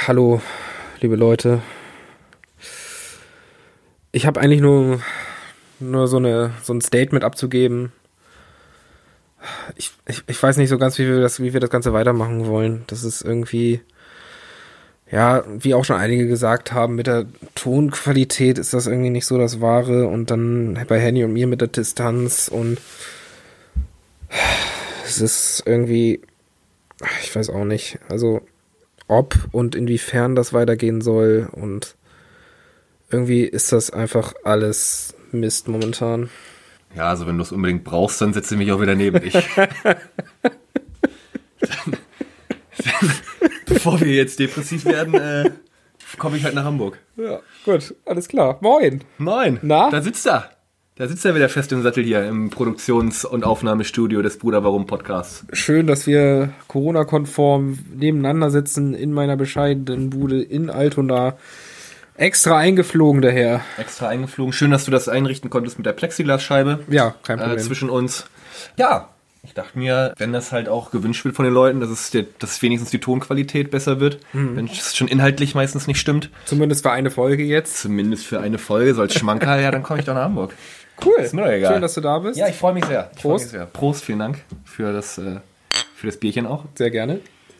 Hallo, liebe Leute. Ich habe eigentlich nur so ein Statement abzugeben. Ich weiß nicht so ganz, wie wir das Ganze weitermachen wollen. Das ist irgendwie, ja, wie auch schon einige gesagt haben, mit der Tonqualität ist das irgendwie nicht so das Wahre. Und dann bei Henny und mir mit der Distanz. Und es ist irgendwie, ich weiß auch nicht, also ob und inwiefern das weitergehen soll. Und irgendwie ist das einfach alles Mist momentan. Ja, also wenn du es unbedingt brauchst, dann setze ich mich auch wieder neben dich. Bevor wir jetzt depressiv werden, komme ich halt nach Hamburg. Ja, gut, alles klar. Moin. Moin. Na? Da sitzt er. Da sitzt er wieder fest im Sattel hier im Produktions- und Aufnahmestudio des Bruder Warum Podcasts. Schön, dass wir Corona-konform nebeneinander sitzen in meiner bescheidenen Bude in Altona. Extra eingeflogen daher. Extra eingeflogen. Schön, dass du das einrichten konntest mit der Plexiglasscheibe. Ja, kein Problem. Zwischen uns. Ja, ich dachte mir, wenn das halt auch gewünscht wird von den Leuten, dass wenigstens die Tonqualität besser wird, wenn es schon inhaltlich meistens nicht stimmt. Zumindest für eine Folge jetzt. Zumindest für eine Folge, so als Schmankerl, ja, dann komme ich doch nach Hamburg. Cool. Ist mir doch egal. Schön, dass du da bist. Ja, ich freue mich sehr. Prost. Prost, vielen Dank für das Bierchen auch. Sehr gerne.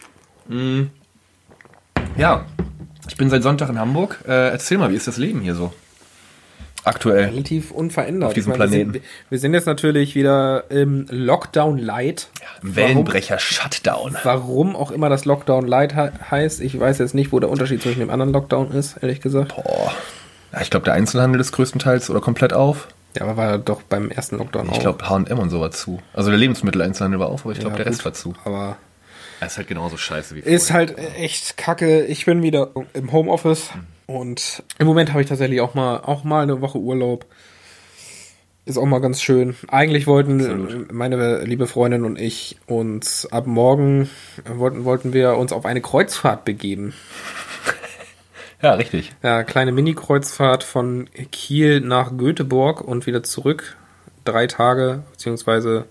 Ja, ich bin seit Sonntag in Hamburg. Erzähl mal, wie ist das Leben hier so? Aktuell. Relativ unverändert. Auf diesem Planeten. Wir sind jetzt natürlich wieder im Lockdown Light. Ja, Wellenbrecher-Shutdown. Warum auch immer das Lockdown Light heißt. Ich weiß jetzt nicht, wo der Unterschied zwischen dem anderen Lockdown ist, ehrlich gesagt. Boah. Ja, ich glaube, der Einzelhandel ist größtenteils oder komplett auf. Ja, aber war ja doch beim ersten Lockdown auch. Ich glaube, H&M und so war zu. Also der Lebensmitteleinzelhandel war auf, aber ich glaube, der Rest war zu. Aber ist halt genauso scheiße wie vorher. ist halt echt kacke. Ich bin wieder im Homeoffice und im Moment habe ich tatsächlich auch mal eine Woche Urlaub. Ist auch mal ganz schön. Eigentlich wollten meine liebe Freundin und ich uns ab morgen wollten wir uns auf eine Kreuzfahrt begeben. Ja, richtig. Ja, kleine Mini-Kreuzfahrt von Kiel nach Göteborg und wieder zurück. 3 Tage, beziehungsweise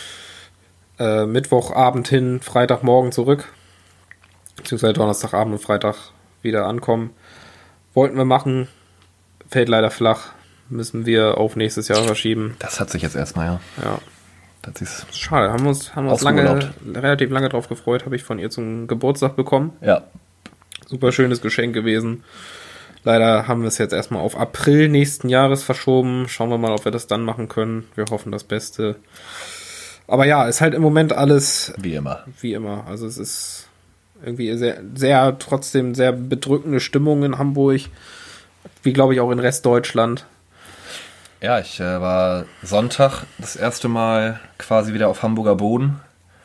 Mittwochabend hin, Freitagmorgen zurück. Beziehungsweise Donnerstagabend und Freitag wieder ankommen. Wollten wir machen, fällt leider flach. Müssen wir auf nächstes Jahr verschieben. Das hat sich jetzt erstmal, ja. Ja. Das ist schade, haben wir uns relativ lange drauf gefreut, habe ich von ihr zum Geburtstag bekommen. Ja. Super schönes Geschenk gewesen. Leider haben wir es jetzt erstmal auf April nächsten Jahres verschoben. Schauen wir mal, ob wir das dann machen können. Wir hoffen das Beste. Aber ja, ist halt im Moment alles wie immer. Wie immer. Also es ist irgendwie trotzdem sehr bedrückende Stimmung in Hamburg. Wie glaube ich auch in Restdeutschland. Ja, ich war Sonntag das erste Mal quasi wieder auf Hamburger Boden.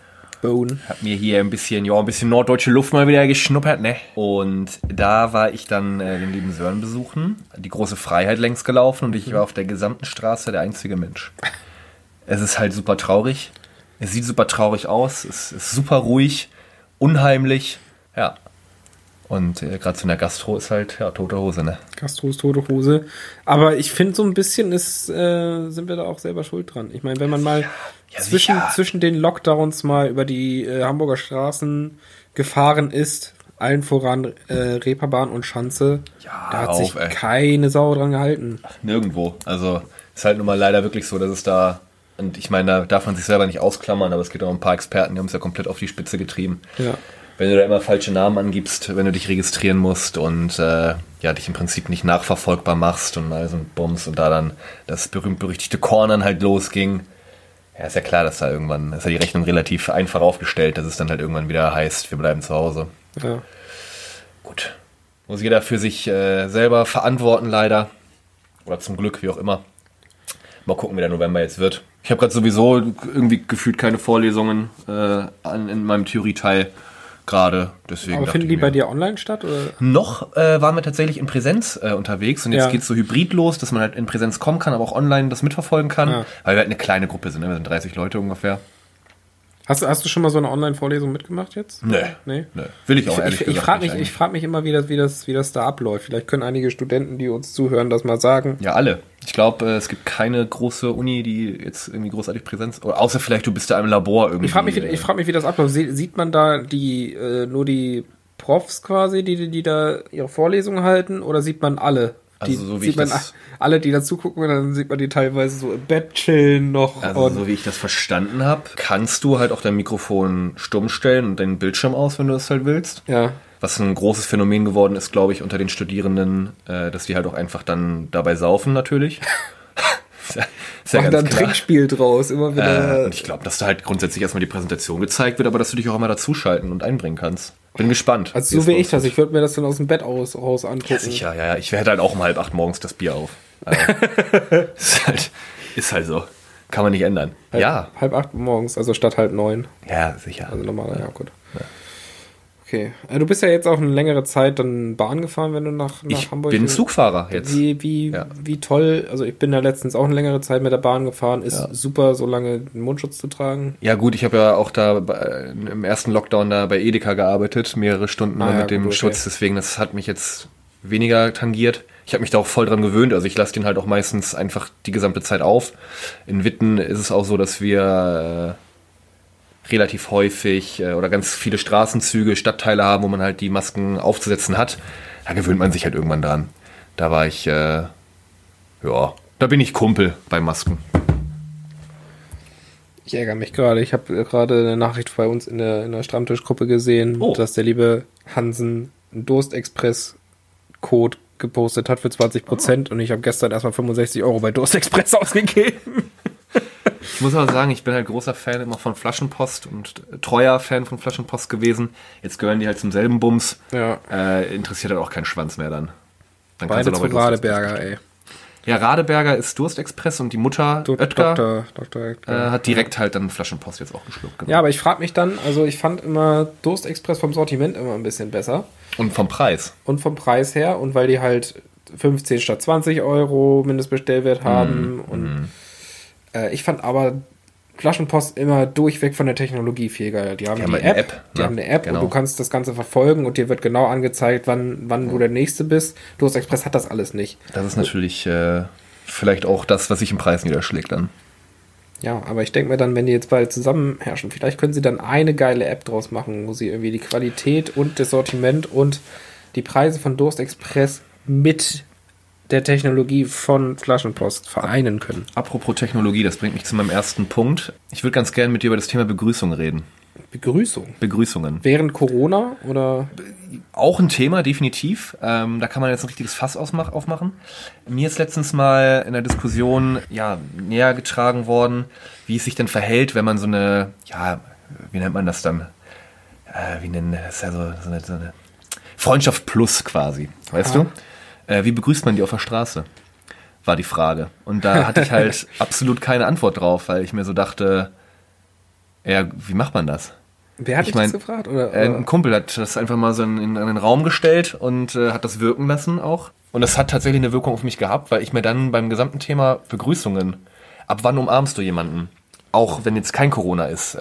Hab mir hier ein bisschen norddeutsche Luft mal wieder geschnuppert, ne? Und da war ich dann den lieben Sören besuchen, die große Freiheit längs gelaufen und ich war auf der gesamten Straße der einzige Mensch. Es ist halt super traurig. Es sieht super traurig aus. Es ist super ruhig, unheimlich. Ja. Und gerade so in der Gastro ist halt, ja, tote Hose, ne? Gastro ist tote Hose. Aber ich finde, so ein bisschen sind wir da auch selber schuld dran. Ich meine, wenn man mal zwischen den Lockdowns mal über die Hamburger Straßen gefahren ist, allen voran Reeperbahn und Schanze, da hat sich keine Sau dran gehalten. Ach, nirgendwo. Also ist halt nun mal leider wirklich so, dass es da, und ich meine, da darf man sich selber nicht ausklammern, aber es gibt auch ein paar Experten, die haben es ja komplett auf die Spitze getrieben. Ja. Wenn du da immer falsche Namen angibst, wenn du dich registrieren musst und dich im Prinzip nicht nachverfolgbar machst und all so ein Bums und da dann das berühmt-berüchtigte Cornern halt losging, ja, ist ja klar, dass ist ja die Rechnung relativ einfach aufgestellt, dass es dann halt irgendwann wieder heißt, wir bleiben zu Hause. Ja. Gut. Muss jeder für sich selber verantworten, leider. Oder zum Glück, wie auch immer. Mal gucken, wie der November jetzt wird. Ich habe gerade sowieso irgendwie gefühlt keine Vorlesungen in meinem Theorieteil gerade. Deswegen. Aber finden die bei dir online statt? Oder? Noch waren wir tatsächlich in Präsenz unterwegs und jetzt geht's so hybrid los, dass man halt in Präsenz kommen kann, aber auch online das mitverfolgen kann, weil wir halt eine kleine Gruppe sind, ne? Wir sind 30 Leute ungefähr. Hast du schon mal so eine Online-Vorlesung mitgemacht jetzt? Nee. Will ich auch ehrlich gesagt nicht. Ich frage mich immer, wie das da abläuft. Vielleicht können einige Studenten, die uns zuhören, das mal sagen. Ja, alle. Ich glaube, es gibt keine große Uni, die jetzt irgendwie großartig Präsenz, oder außer vielleicht du bist da im Labor irgendwie. Ich frage mich, wie das abläuft. Sieht man da nur die Profs quasi, die da ihre Vorlesungen halten, oder sieht man alle? Also so wie sieht man alle, die da zugucken, und dann sieht man die teilweise so im Bett chillen noch. Also so wie ich das verstanden habe, kannst du halt auch dein Mikrofon stumm stellen und deinen Bildschirm aus, wenn du das halt willst. Ja. Was ein großes Phänomen geworden ist, glaube ich, unter den Studierenden, dass die halt auch einfach dann dabei saufen natürlich. Ist ja ganz dann ein Trinkspiel draus, immer wieder. Und ich glaube, dass da halt grundsätzlich erstmal die Präsentation gezeigt wird, aber dass du dich auch immer dazuschalten und einbringen kannst. Bin gespannt. Also so wie ich das. Ich würde mir das dann aus dem Bett raus angucken. Ja, sicher, ja. Ich hätte halt auch um 7:30 morgens das Bier auf. Also, ist halt so. Kann man nicht ändern. 7:30 morgens, also statt 8:30. Ja, sicher. Also normaler, ja gut. Ja. Okay. Du bist ja jetzt auch eine längere Zeit dann Bahn gefahren, wenn du nach Hamburg... Ich bin Zugfahrer jetzt. Wie toll, also ich bin ja letztens auch eine längere Zeit mit der Bahn gefahren, ist super, so lange den Mundschutz zu tragen. Ja gut, ich habe ja auch da im ersten Lockdown da bei Edeka gearbeitet, mehrere Stunden mit dem Schutz, deswegen das hat mich jetzt weniger tangiert. Ich habe mich da auch voll dran gewöhnt, also ich lasse den halt auch meistens einfach die gesamte Zeit auf. In Witten ist es auch so, dass wir... relativ häufig oder ganz viele Straßenzüge, Stadtteile haben, wo man halt die Masken aufzusetzen hat. Da gewöhnt man sich halt irgendwann dran. Da war ich, da bin ich Kumpel bei Masken. Ich ärgere mich gerade. Ich habe gerade eine Nachricht bei uns in der Stammtischgruppe gesehen, dass der liebe Hansen einen Durstexpress-Code gepostet hat für 20% und ich habe gestern erstmal 65 € bei Durstexpress ausgegeben. Ich muss aber sagen, ich bin halt großer Fan immer von Flaschenpost und treuer Fan von Flaschenpost gewesen. Jetzt gehören die halt zum selben Bums. Ja. Interessiert halt auch keinen Schwanz mehr dann. Beide zu Radeberger, ey. Ja, Radeberger ist Durstexpress und die Mutter Oetker hat direkt halt dann Flaschenpost jetzt auch geschluckt. Genau. Ja, aber ich frage mich dann, also ich fand immer Durstexpress vom Sortiment immer ein bisschen besser. Und vom Preis. Und vom Preis her. Und weil die halt 15 statt 20 € Mindestbestellwert haben und ich fand aber Flaschenpost immer durchweg von der Technologie viel geiler. Die haben eine App. Die haben eine App genau. Und du kannst das Ganze verfolgen und dir wird genau angezeigt, wann du der Nächste bist. Durstexpress hat das alles nicht. Das ist natürlich vielleicht auch das, was sich im Preis niederschlägt dann. Ja, aber ich denke mir dann, wenn die jetzt bald zusammen herrschen, vielleicht können sie dann eine geile App draus machen, wo sie irgendwie die Qualität und das Sortiment und die Preise von Durstexpress mit der Technologie von Flaschenpost vereinen können. Apropos Technologie, das bringt mich zu meinem ersten Punkt. Ich würde ganz gerne mit dir über das Thema Begrüßung reden. Begrüßungen. Während Corona oder? Auch ein Thema, definitiv. Da kann man jetzt ein richtiges Fass aufmachen. Mir ist letztens mal in der Diskussion näher getragen worden, wie es sich denn verhält, wenn man so eine, wie nennt man das dann? Das ist ja so eine Freundschaft plus quasi, weißt du? Wie begrüßt man die auf der Straße? War die Frage. Und da hatte ich halt absolut keine Antwort drauf, weil ich mir so dachte, wie macht man das? Wer hat dich das gefragt? Oder? Ein Kumpel hat das einfach mal so in einen Raum gestellt und hat das wirken lassen auch. Und das hat tatsächlich eine Wirkung auf mich gehabt, weil ich mir dann beim gesamten Thema Begrüßungen, ab wann umarmst du jemanden? Auch wenn jetzt kein Corona ist.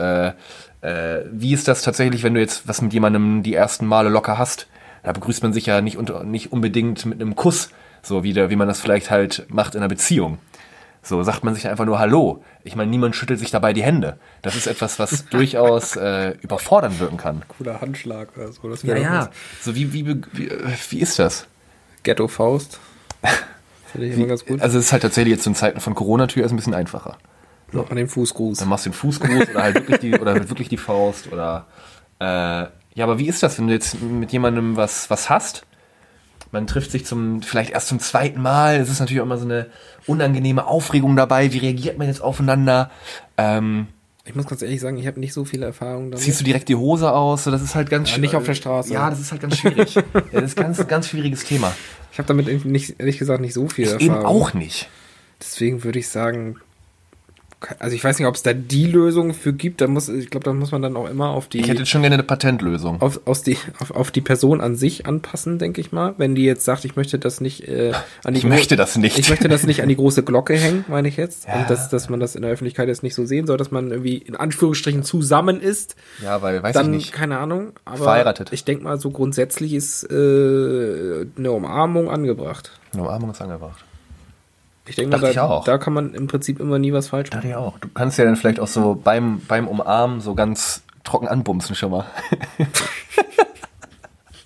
Wie ist das tatsächlich, wenn du jetzt was mit jemandem die ersten Male locker hast? Da begrüßt man sich ja nicht unbedingt mit einem Kuss, so wie man das vielleicht halt macht in einer Beziehung. So sagt man sich einfach nur Hallo. Ich meine, niemand schüttelt sich dabei die Hände. Das ist etwas, was durchaus überfordernd wirken kann. Cooler Handschlag oder so. Das So wie ist das? Ghetto-Faust. Finde ich immer ganz gut. Also es ist halt tatsächlich jetzt in Zeiten von Corona natürlich ein bisschen einfacher. So. Macht man den Fußgruß. Dann machst du den Fußgruß oder halt wirklich die Faust oder aber wie ist das, wenn du jetzt mit jemandem was hast? Man trifft sich vielleicht erst zum zweiten Mal. Es ist natürlich auch immer so eine unangenehme Aufregung dabei. Wie reagiert man jetzt aufeinander? Ich muss ganz ehrlich sagen, ich habe nicht so viele Erfahrungen damit. Ziehst du direkt die Hose aus? Das ist halt ganz schwierig. Nicht auf der Straße. Ja, das ist halt ganz schwierig. Das ist ein ganz schwieriges Thema. Ich habe damit ehrlich gesagt nicht so viel Erfahrung. Eben auch nicht. Deswegen würde ich sagen, also ich weiß nicht, ob es da die Lösung für gibt. Da muss man dann auch immer auf die... Ich hätte jetzt schon gerne eine Patentlösung. Auf die Person an sich anpassen, denke ich mal. Wenn die jetzt sagt, ich möchte das nicht an die... Ich möchte das nicht an die große Glocke hängen, meine ich jetzt. Ja. Und dass man das in der Öffentlichkeit jetzt nicht so sehen soll, dass man irgendwie in Anführungsstrichen zusammen ist. Ja, weil, weiß dann, ich nicht. Keine Ahnung. Aber verheiratet. Ich denke mal, so grundsätzlich ist eine Umarmung angebracht. Eine Umarmung ist angebracht. Ich denke mal, da kann man im Prinzip immer nie was falsch machen. Dachte ich auch. Du kannst ja dann vielleicht auch so beim Umarmen so ganz trocken anbumsen schon mal.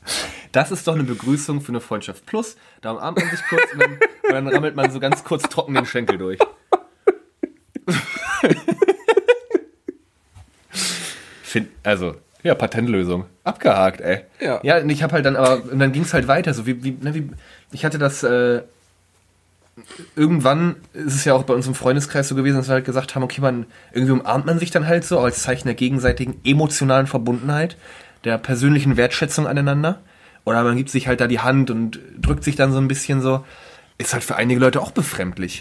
Das ist doch eine Begrüßung für eine Freundschaft Plus. Da umarmt man sich kurz und dann rammelt man so ganz kurz trocken den Schenkel durch. Ja, Patentlösung. Abgehakt, ey. Ja, und ich habe halt und dann ging es halt weiter. So ich hatte das, irgendwann ist es ja auch bei uns im Freundeskreis so gewesen, dass wir halt gesagt haben, okay, irgendwie umarmt man sich dann halt so als Zeichen der gegenseitigen emotionalen Verbundenheit, der persönlichen Wertschätzung aneinander. Oder man gibt sich halt da die Hand und drückt sich dann so ein bisschen so. Ist halt für einige Leute auch befremdlich.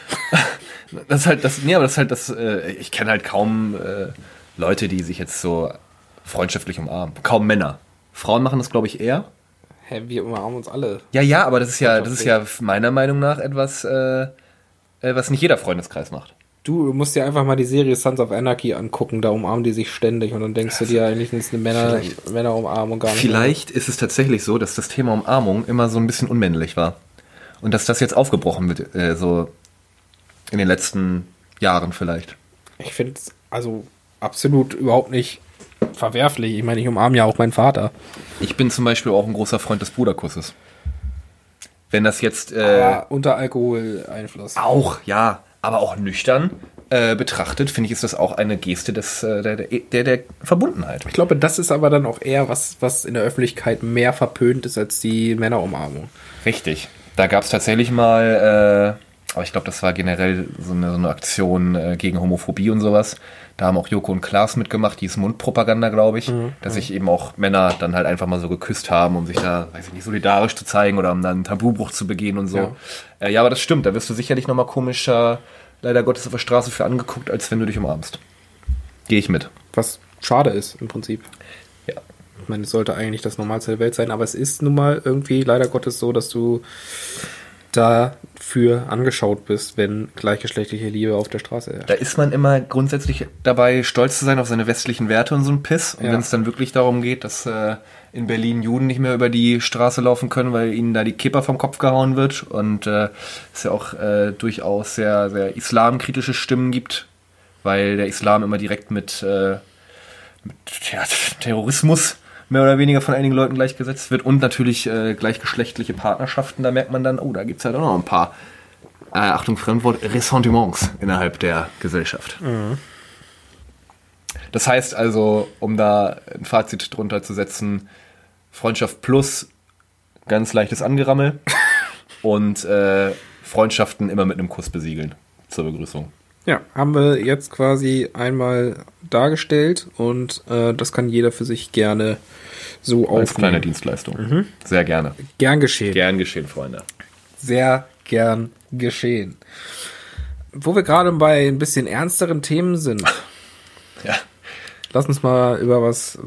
Ich kenne halt kaum Leute, die sich jetzt so freundschaftlich umarmen. Kaum Männer. Frauen machen das, glaube ich, eher. Hä, wir umarmen uns alle. Ja, aber das ist ja meiner Meinung nach etwas, was nicht jeder Freundeskreis macht. Du musst dir einfach mal die Serie Sons of Anarchy angucken, da umarmen die sich ständig und dann denkst du dir eigentlich, es ist eine Männerumarmung gar nicht. Vielleicht ist es tatsächlich so, dass das Thema Umarmung immer so ein bisschen unmännlich war. Und dass das jetzt aufgebrochen wird, so in den letzten Jahren vielleicht. Ich finde es also absolut überhaupt nicht verwerflich. Ich meine, ich umarme ja auch meinen Vater. Ich bin zum Beispiel auch ein großer Freund des Bruderkusses. Wenn das jetzt... unter Alkoholeinfluss. Auch, ja. Aber auch nüchtern betrachtet, finde ich, ist das auch eine Geste der Verbundenheit. Ich glaube, das ist aber dann auch eher was in der Öffentlichkeit mehr verpönt ist als die Männerumarmung. Richtig. Da gab es tatsächlich mal, aber ich glaube, das war generell so eine Aktion gegen Homophobie und sowas. Da haben auch Joko und Klaas mitgemacht, die ist Mundpropaganda, glaube ich, dass sich eben auch Männer dann halt einfach mal so geküsst haben, um sich da, weiß ich nicht, solidarisch zu zeigen oder um dann einen Tabubruch zu begehen und so. Ja, aber das stimmt, da wirst du sicherlich nochmal komischer, leider Gottes, auf der Straße für angeguckt, als wenn du dich umarmst. Gehe ich mit. Was schade ist, im Prinzip. Ja. Ich meine, es sollte eigentlich das Normalste der Welt sein, aber es ist nun mal irgendwie leider Gottes so, dass du dafür angeschaut bist, wenn gleichgeschlechtliche Liebe auf der Straße herrscht. Da ist man immer grundsätzlich dabei, stolz zu sein auf seine westlichen Werte und so ein Piss. Und wenn es dann wirklich darum geht, dass in Berlin Juden nicht mehr über die Straße laufen können, weil ihnen da die Kippa vom Kopf gehauen wird und es ja auch durchaus sehr, sehr islamkritische Stimmen gibt, weil der Islam immer direkt mit Terrorismus mehr oder weniger von einigen Leuten gleichgesetzt wird und natürlich gleichgeschlechtliche Partnerschaften, da merkt man dann, da gibt es halt auch noch ein paar, Achtung, Fremdwort, Ressentiments innerhalb der Gesellschaft. Mhm. Das heißt also, um da ein Fazit drunter zu setzen, Freundschaft plus ganz leichtes Angerammel und Freundschaften immer mit einem Kuss besiegeln zur Begrüßung. Ja, haben wir jetzt quasi einmal dargestellt und das kann jeder für sich gerne so aufnehmen. Als kleine Dienstleistung. Mhm. Sehr gerne. Gern geschehen. Gern geschehen, Freunde. Sehr gern geschehen. Wo wir gerade bei ein bisschen ernsteren Themen sind. Ja. Lass uns mal über was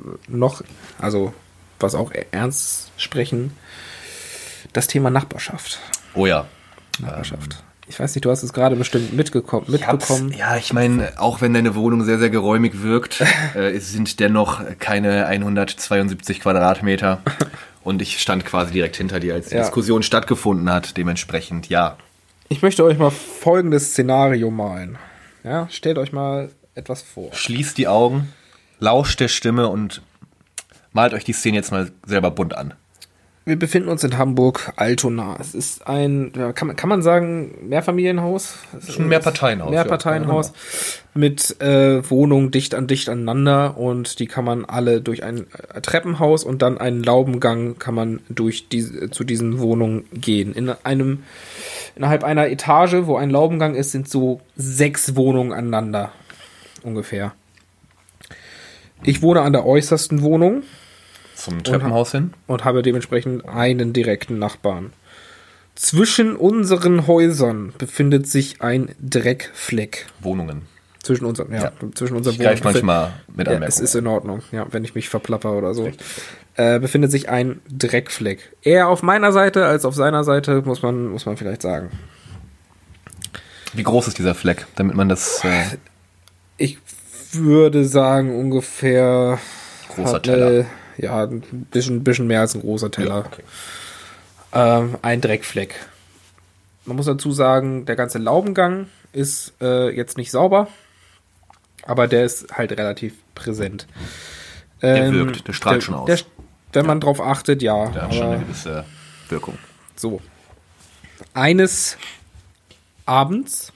auch ernst sprechen. Das Thema Nachbarschaft. Oh ja. Nachbarschaft. Ich weiß nicht, du hast es gerade bestimmt mitbekommen. Ja, ich meine, auch wenn deine Wohnung sehr, sehr geräumig wirkt, es sind dennoch keine 172 Quadratmeter. Und ich stand quasi direkt hinter dir, als die Diskussion stattgefunden hat. Dementsprechend, ja. Ich möchte euch mal folgendes Szenario malen. Ja, stellt euch mal etwas vor. Schließt die Augen, lauscht der Stimme und malt euch die Szene jetzt mal selber bunt an. Wir befinden uns in Hamburg, Altona. Es ist ein, kann man sagen, Mehrfamilienhaus? Es ist ein Mehrparteienhaus. Mehrparteienhaus mit Wohnungen dicht aneinander und die kann man alle durch ein Treppenhaus und dann einen Laubengang kann man zu diesen Wohnungen gehen. Innerhalb einer Etage, wo ein Laubengang ist, sind so 6 Wohnungen aneinander ungefähr. Ich wohne an der äußersten Wohnung. Zum Treppenhaus hin. Und habe dementsprechend einen direkten Nachbarn. Zwischen unseren Häusern befindet sich ein Dreckfleck. Wohnungen. Zwischen unseren Wohnungen. Ich greife manchmal mit Anmerkungen. Es ist in Ordnung, wenn ich mich verplapper oder so. Befindet sich ein Dreckfleck. Eher auf meiner Seite als auf seiner Seite, muss man vielleicht sagen. Wie groß ist dieser Fleck, damit man das... Ich würde sagen, ungefähr... Großer Teller. Ein bisschen mehr als ein großer Teller. Ja, okay. Ein Dreckfleck. Man muss dazu sagen, der ganze Laubengang ist jetzt nicht sauber, aber der ist halt relativ präsent. Der wirkt, der strahlt schon aus. Wenn man drauf achtet, ja. Der hat schon eine gewisse Wirkung. So. Eines Abends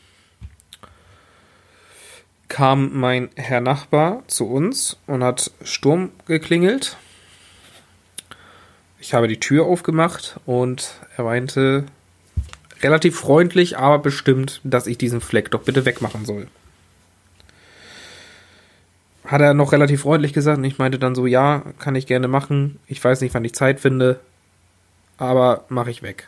kam mein Herr Nachbar zu uns und hat Sturm geklingelt. Ich habe die Tür aufgemacht und er meinte relativ freundlich, aber bestimmt, dass ich diesen Fleck doch bitte wegmachen soll. Hat er noch relativ freundlich gesagt und ich meinte dann so, ja, kann ich gerne machen. Ich weiß nicht, wann ich Zeit finde, aber mache ich weg.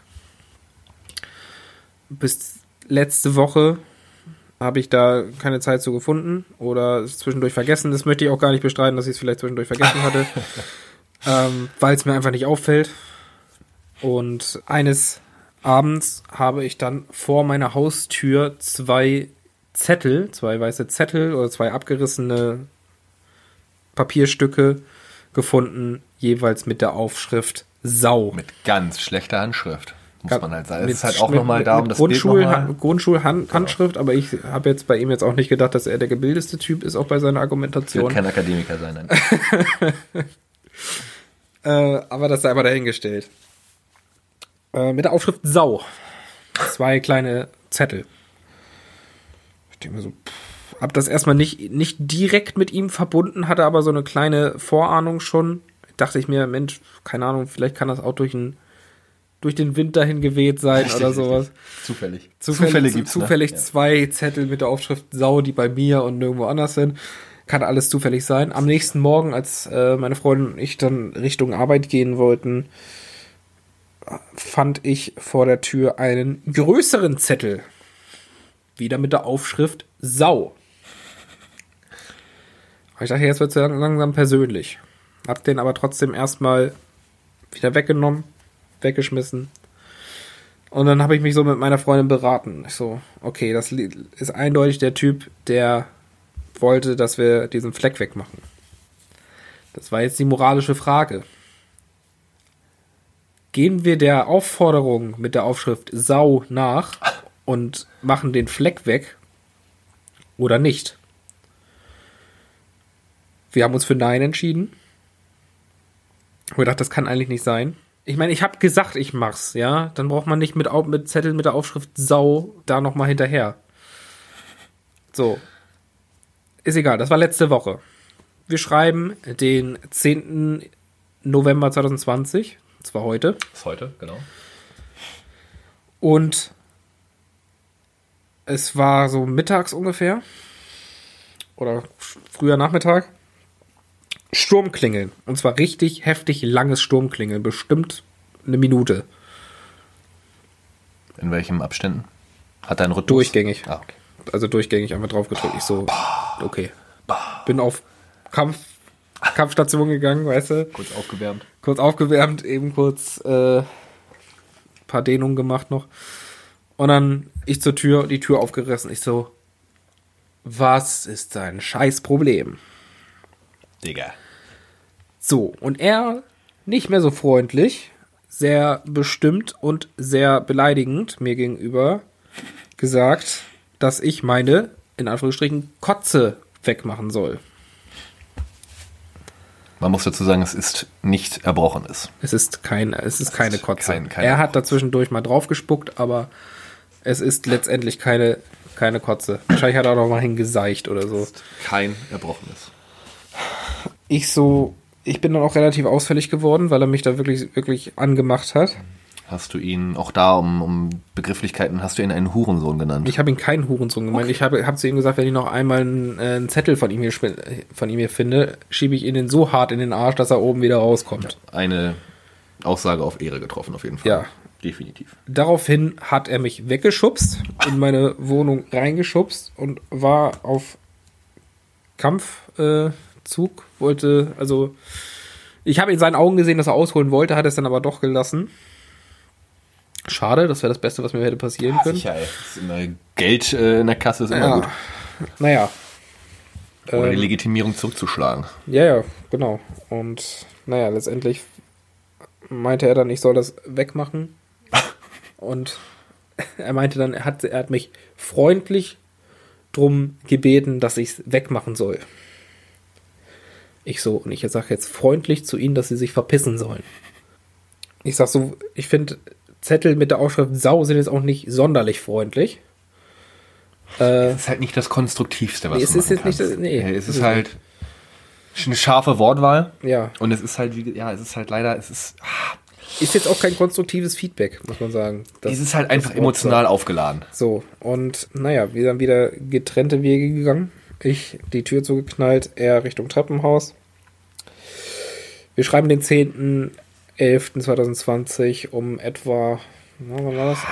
Bis letzte Woche habe ich da keine Zeit zu gefunden oder es zwischendurch vergessen. Das möchte ich auch gar nicht bestreiten, dass ich es vielleicht zwischendurch vergessen hatte, weil es mir einfach nicht auffällt. Und eines Abends habe ich dann vor meiner Haustür zwei weiße Zettel oder zwei abgerissene Papierstücke gefunden, jeweils mit der Aufschrift Sau. Mit ganz schlechter Handschrift, muss man halt sagen. Es ist halt auch nochmal da, um das Bild Grundschulhandschrift, aber ich habe jetzt bei ihm jetzt auch nicht gedacht, dass er der gebildetste Typ ist, auch bei seiner Argumentation. Wird kein Akademiker sein, nein. Aber das sei aber dahingestellt. Mit der Aufschrift Sau. Zwei kleine Zettel. Ich denke mir so, hab das erstmal nicht direkt mit ihm verbunden, hatte aber so eine kleine Vorahnung schon. Dachte ich mir, Mensch, keine Ahnung, vielleicht kann das auch durch den Wind dahin geweht sein oder sowas. Zufällig. Zufällig ne? Zwei Zettel mit der Aufschrift Sau, die bei mir und nirgendwo anders sind. Kann alles zufällig sein. Am nächsten Morgen, als meine Freundin und ich dann Richtung Arbeit gehen wollten, fand ich vor der Tür einen größeren Zettel. Wieder mit der Aufschrift Sau. Ich dachte, jetzt wird es langsam persönlich. Hab den aber trotzdem erstmal wieder weggeschmissen. Und dann habe ich mich so mit meiner Freundin beraten. Ich so, okay, das ist eindeutig der Typ, der wollte, dass wir diesen Fleck wegmachen. Das war jetzt die moralische Frage. Gehen wir der Aufforderung mit der Aufschrift Sau nach und machen den Fleck weg oder nicht? Wir haben uns für Nein entschieden. Ich dachte, das kann eigentlich nicht sein. Ich meine, ich habe gesagt, ich mach's, ja. Dann braucht man nicht mit Zetteln mit der Aufschrift Sau da nochmal hinterher. So. Ist egal, das war letzte Woche. Wir schreiben den 10. November 2020. Das war heute. Das ist heute, genau. Und es war so mittags ungefähr. Oder früher Nachmittag. Sturmklingeln. Und zwar richtig heftig langes Sturmklingeln. Bestimmt eine Minute. In welchen Abständen? Hat er einen Rhythmus? Durchgängig. Ah, okay. Also durchgängig einfach drauf gedrückt. Ich so, okay. Bin auf Kampfstation gegangen, weißt du. Kurz aufgewärmt, eben kurz paar Dehnungen gemacht noch. Und dann ich zur Tür, die Tür aufgerissen. Ich so, was ist dein Scheißproblem? Digga. So, und er, nicht mehr so freundlich, sehr bestimmt und sehr beleidigend mir gegenüber gesagt, dass ich meine, in Anführungsstrichen, Kotze wegmachen soll. Man muss dazu sagen, es ist nicht Erbrochenes. Es ist keine Kotze. Er hat dazwischendurch mal drauf gespuckt, aber es ist letztendlich keine Kotze. Wahrscheinlich hat er auch noch mal hingeseicht oder so. Es ist kein Erbrochenes. Ich bin dann auch relativ ausfällig geworden, weil er mich da wirklich, wirklich angemacht hat. Hast du ihn, auch da um Begrifflichkeiten, hast du ihn einen Hurensohn genannt? Ich habe ihn keinen Hurensohn genannt. Okay. Ich hab zu ihm gesagt, wenn ich noch einmal einen Zettel von ihm hier finde, schiebe ich ihn den so hart in den Arsch, dass er oben wieder rauskommt. Eine Aussage auf Ehre getroffen, auf jeden Fall. Ja. Definitiv. Daraufhin hat er mich weggeschubst, in meine Wohnung reingeschubst und war auf Kampfzug, ich habe in seinen Augen gesehen, dass er ausholen wollte, hat es dann aber doch gelassen. Schade, das wäre das Beste, was mir hätte passieren können. Sicher, ey. Das ist immer Geld in der Kasse ist immer gut. Naja. Oder die Legitimierung zurückzuschlagen. Ja, genau. Und naja, letztendlich meinte er dann, ich soll das wegmachen. Und er meinte dann, er hat mich freundlich drum gebeten, dass ich es wegmachen soll. Ich so, und ich sage jetzt freundlich zu ihnen, dass sie sich verpissen sollen. Ich sag so, ich finde Zettel mit der Aufschrift Sau sind jetzt auch nicht sonderlich freundlich. Es ist halt nicht das Konstruktivste, was du machen kannst. Es ist halt eine scharfe Wortwahl. Ja. Und es ist halt, leider, ist jetzt auch kein konstruktives Feedback, muss man sagen. Es ist halt einfach emotional aufgeladen. So, und naja, wir sind wieder getrennte Wege gegangen. Ich die Tür zugeknallt, er Richtung Treppenhaus. Wir schreiben den 10.11.2020 um etwa, wann war das?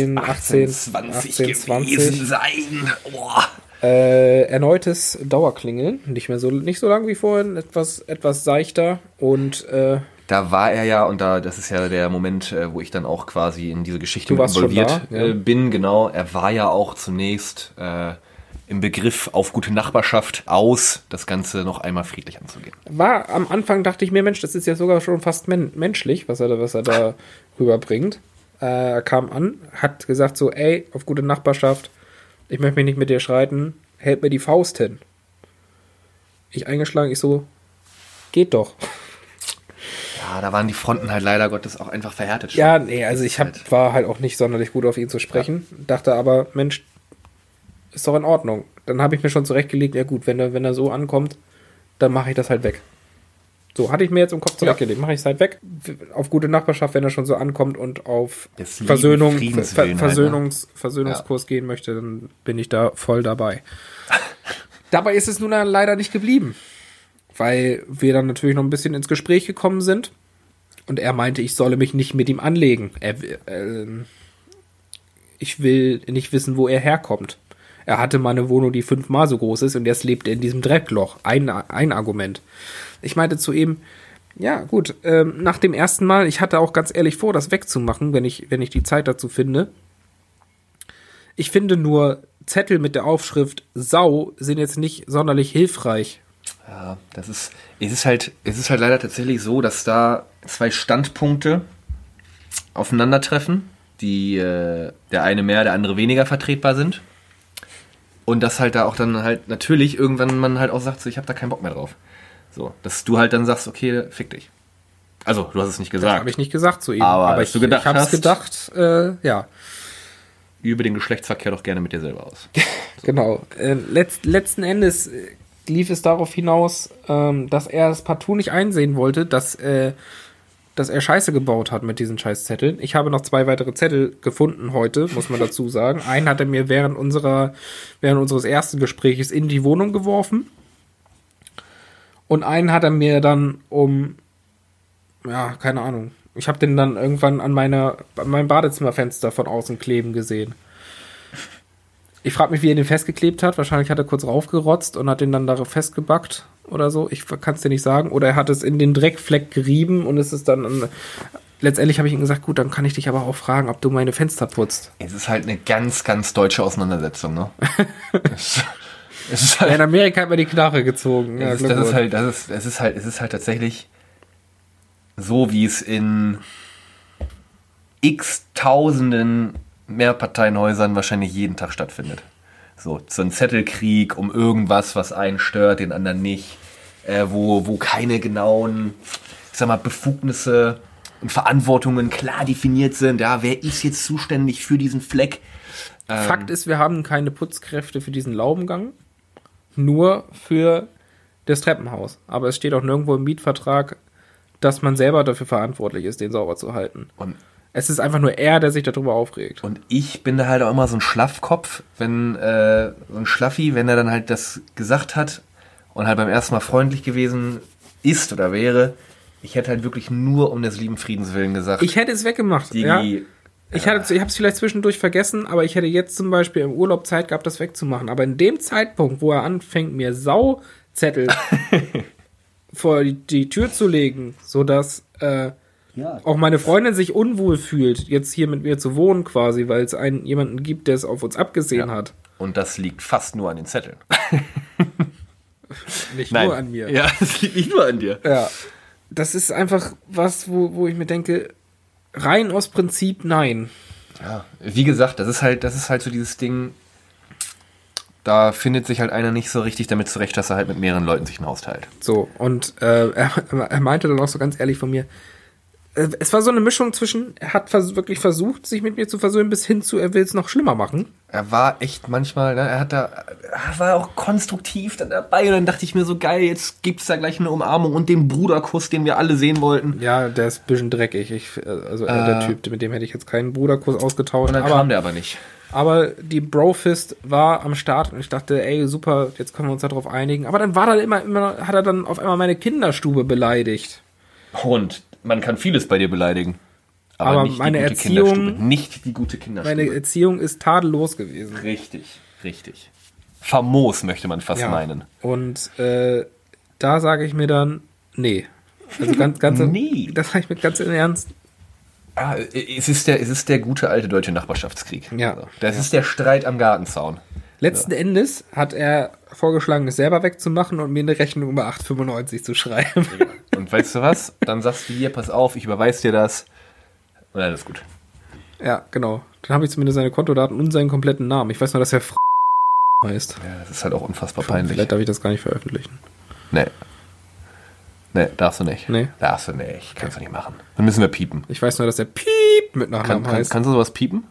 20 sein. Erneutes Dauerklingeln. Nicht so lang wie vorhin, etwas seichter und da war er ja, und das ist ja der Moment, wo ich dann auch quasi in diese Geschichte involviert bin, genau. Er war ja auch zunächst im Begriff auf gute Nachbarschaft das Ganze noch einmal friedlich anzugehen. War am Anfang, dachte ich mir, Mensch, das ist ja sogar schon fast menschlich, was er da rüberbringt. Er kam an, hat gesagt so, ey, auf gute Nachbarschaft, ich möchte mich nicht mit dir streiten, hält mir die Faust hin. Ich eingeschlagen, ich so, geht doch. Ja, da waren die Fronten halt leider Gottes auch einfach verhärtet. Ja, nee, also war halt auch nicht sonderlich gut auf ihn zu sprechen. Ja. Dachte aber, Mensch, ist doch in Ordnung. Dann habe ich mir schon zurechtgelegt, ja gut, wenn er so ankommt, dann mache ich das halt weg. So, hatte ich mir jetzt im Kopf zurechtgelegt, mache ich es halt weg. Auf gute Nachbarschaft, wenn er schon so ankommt und auf Versöhnungskurs gehen möchte, dann bin ich da voll dabei. Dabei ist es nun leider nicht geblieben, weil wir dann natürlich noch ein bisschen ins Gespräch gekommen sind und er meinte, ich solle mich nicht mit ihm anlegen. Ich will nicht wissen, wo er herkommt. Er hatte mal eine Wohnung, die 5-mal so groß ist und jetzt lebt er in diesem Dreckloch. Ein Argument. Ich meinte zu ihm, ja gut, nach dem ersten Mal, ich hatte auch ganz ehrlich vor, das wegzumachen, wenn ich die Zeit dazu finde. Ich finde nur, Zettel mit der Aufschrift Sau sind jetzt nicht sonderlich hilfreich. Ja, es ist halt leider tatsächlich so, dass da zwei Standpunkte aufeinandertreffen, die der eine mehr, der andere weniger vertretbar sind. Und dass halt da auch dann halt natürlich irgendwann man halt auch sagt, so, ich habe da keinen Bock mehr drauf. So, dass du halt dann sagst, okay, fick dich. Also, du hast es nicht gesagt. Das habe ich nicht gesagt zu ihm. Aber ich habe es gedacht, ja. Übe den Geschlechtsverkehr doch gerne mit dir selber aus. Genau. Letzten Endes lief es darauf hinaus, dass er es partout nicht einsehen wollte, dass er Scheiße gebaut hat mit diesen Scheißzetteln. Ich habe noch 2 weitere Zettel gefunden heute, muss man dazu sagen. Einen hat er mir während unseres ersten Gesprächs in die Wohnung geworfen. Und einen hat er mir dann keine Ahnung. Ich habe den dann irgendwann an meinem Badezimmerfenster von außen kleben gesehen. Ich frage mich, wie er den festgeklebt hat. Wahrscheinlich hat er kurz raufgerotzt und hat den dann da festgebackt oder so. Ich kann es dir nicht sagen. Oder er hat es in den Dreckfleck gerieben und es ist dann... Letztendlich habe ich ihm gesagt, gut, dann kann ich dich aber auch fragen, ob du meine Fenster putzt. Es ist halt eine ganz, ganz deutsche Auseinandersetzung, ne? Es ist halt, in Amerika hat man die Knarre gezogen. Ja, es ist halt tatsächlich so, wie es in x Tausenden Mehrparteienhäusern wahrscheinlich jeden Tag stattfindet. So ein Zettelkrieg um irgendwas, was einen stört, den anderen nicht, wo keine genauen, ich sag mal, Befugnisse und Verantwortungen klar definiert sind. Ja, wer ist jetzt zuständig für diesen Fleck? Fakt ist, wir haben keine Putzkräfte für diesen Laubengang, nur für das Treppenhaus. Aber es steht auch nirgendwo im Mietvertrag, dass man selber dafür verantwortlich ist, den sauber zu halten. Und es ist einfach nur er, der sich darüber aufregt. Und ich bin da halt auch immer so ein Schlaffkopf, so ein Schlaffi, wenn er dann halt das gesagt hat und halt beim ersten Mal freundlich gewesen ist oder wäre, ich hätte halt wirklich nur um des lieben Friedens willen gesagt. Ich hätte es weggemacht, ja. Ich habe es vielleicht zwischendurch vergessen, aber ich hätte jetzt zum Beispiel im Urlaub Zeit gehabt, das wegzumachen. Aber in dem Zeitpunkt, wo er anfängt, mir Sauzettel vor die Tür zu legen, sodass auch meine Freundin sich unwohl fühlt, jetzt hier mit mir zu wohnen quasi, weil es jemanden gibt, der es auf uns abgesehen hat. Und das liegt fast nur an den Zetteln. Nur an mir. Ja, es liegt nicht nur an dir. Ja, das ist einfach was, wo ich mir denke, rein aus Prinzip nein. Ja, wie gesagt, das ist halt so dieses Ding, da findet sich halt einer nicht so richtig damit zurecht, dass er halt mit mehreren Leuten sich ein Haus teilt. So, und er meinte dann auch so ganz ehrlich von mir, es war so eine Mischung zwischen, er hat wirklich versucht, sich mit mir zu versöhnen, bis hin zu, er will es noch schlimmer machen. Er war echt manchmal, ne, er war auch konstruktiv dann dabei und dann dachte ich mir so, geil, jetzt gibt's da gleich eine Umarmung und den Bruderkuss, den wir alle sehen wollten. Ja, der ist ein bisschen dreckig. Der Typ, mit dem hätte ich jetzt keinen Bruderkuss ausgetauscht. Und dann kam der aber nicht. Aber die Brofist war am Start und ich dachte, ey, super, jetzt können wir uns darauf einigen. Aber dann war da hat er dann auf einmal meine Kinderstube beleidigt. Und man kann vieles bei dir beleidigen. Aber nicht meine die gute Erziehung, Kinderstube. Nicht die gute Kinderstube. Meine Erziehung ist tadellos gewesen. Richtig. Famos möchte man fast meinen. Und da sage ich mir dann, nee. Also nee. Das sage ich mir ganz im Ernst. Ah, es ist der gute alte deutsche Nachbarschaftskrieg. Ja. Also, das ist der Streit am Gartenzaun. Letzten Endes hat er vorgeschlagen, es selber wegzumachen und mir eine Rechnung über 8,95 zu schreiben. Ja. Und weißt du was? Dann sagst du hier, pass auf, ich überweise dir das. Und alles gut. Ja, genau. Dann habe ich zumindest seine Kontodaten und seinen kompletten Namen. Ich weiß nur, dass er heißt. Ja, das ist halt auch unfassbar peinlich. Vielleicht darf ich das gar nicht veröffentlichen. Nee, darfst du nicht. Nee. Darfst du nicht. Kannst du nicht machen. Dann müssen wir piepen. Ich weiß nur, dass er Piep mit Nachnamen heißt. Kannst du sowas piepen?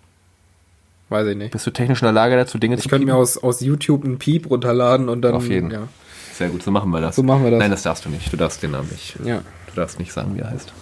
Weiß ich nicht. Bist du technisch in der Lage dazu, Dinge zu piepen? Ich könnte mir aus YouTube einen Piep runterladen und dann... Auf jeden. Ja. Sehr gut, so machen wir das. Nein, das darfst du nicht. Du darfst den Namen nicht. Ja. Du darfst nicht sagen, wie er heißt.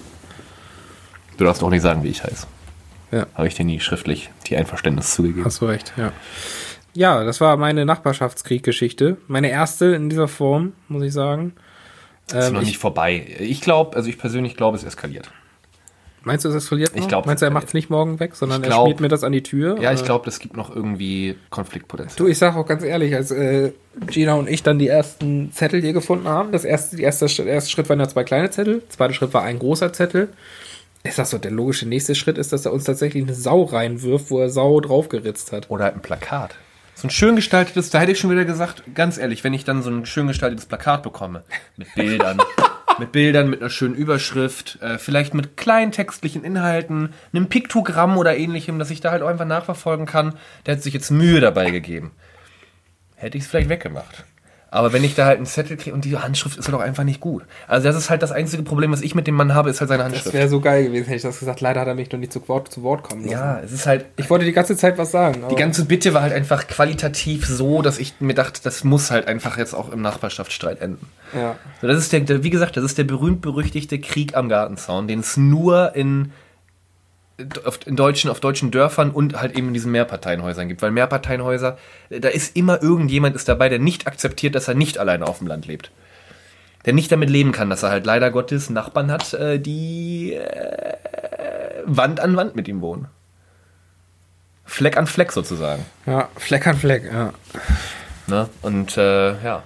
Du darfst auch nicht sagen, wie ich heiße. Ja. Habe ich dir nie schriftlich die Einverständnis zugegeben. Hast du recht, ja. Ja, das war meine Nachbarschaftskrieg-Geschichte. Meine erste in dieser Form, muss ich sagen. Ist noch nicht vorbei. Ich persönlich glaube, es eskaliert. Meinst du, es eskaliert noch? Ich glaube, meinst du, er macht es nicht morgen weg, sondern er schmiert mir das an die Tür? Ja, ich glaube, es gibt noch irgendwie Konfliktpotenzial. Du, ich sag auch ganz ehrlich, als Gina und ich dann die ersten Zettel hier gefunden haben, der erste Schritt waren ja 2 kleine Zettel, der zweite Schritt war ein großer Zettel. Ich sag so, der logische nächste Schritt ist, dass er uns tatsächlich eine Sau reinwirft, wo er Sau draufgeritzt hat. Oder halt ein Plakat. So ein schön gestaltetes, da hätte ich schon wieder gesagt, ganz ehrlich, wenn ich dann so ein schön gestaltetes Plakat bekomme, mit Bildern, mit einer schönen Überschrift, vielleicht mit kleinen textlichen Inhalten, einem Piktogramm oder ähnlichem, dass ich da halt auch einfach nachverfolgen kann, der hat sich jetzt Mühe dabei gegeben. Hätte ich es vielleicht weggemacht. Aber wenn ich da halt einen Zettel kriege und die Handschrift ist halt auch einfach nicht gut. Also das ist halt das einzige Problem, was ich mit dem Mann habe, ist halt seine Handschrift. Das wäre so geil gewesen, hätte ich das gesagt. Leider hat er mich noch nicht zu Wort kommen lassen. Ja, es ist halt... Ich wollte die ganze Zeit was sagen. Die ganze Bitte war halt einfach qualitativ so, dass ich mir dachte, das muss halt einfach jetzt auch im Nachbarschaftsstreit enden. Ja. So, das ist wie gesagt, das ist der berühmt-berüchtigte Krieg am Gartenzaun, den es nur auf deutschen Dörfern und halt eben in diesen Mehrparteienhäusern gibt. Weil Mehrparteienhäuser, da ist immer irgendjemand dabei, der nicht akzeptiert, dass er nicht alleine auf dem Land lebt. Der nicht damit leben kann, dass er halt leider Gottes Nachbarn hat, die Wand an Wand mit ihm wohnen. Fleck an Fleck sozusagen. Ja, Fleck an Fleck, ja. Ne? Und ja.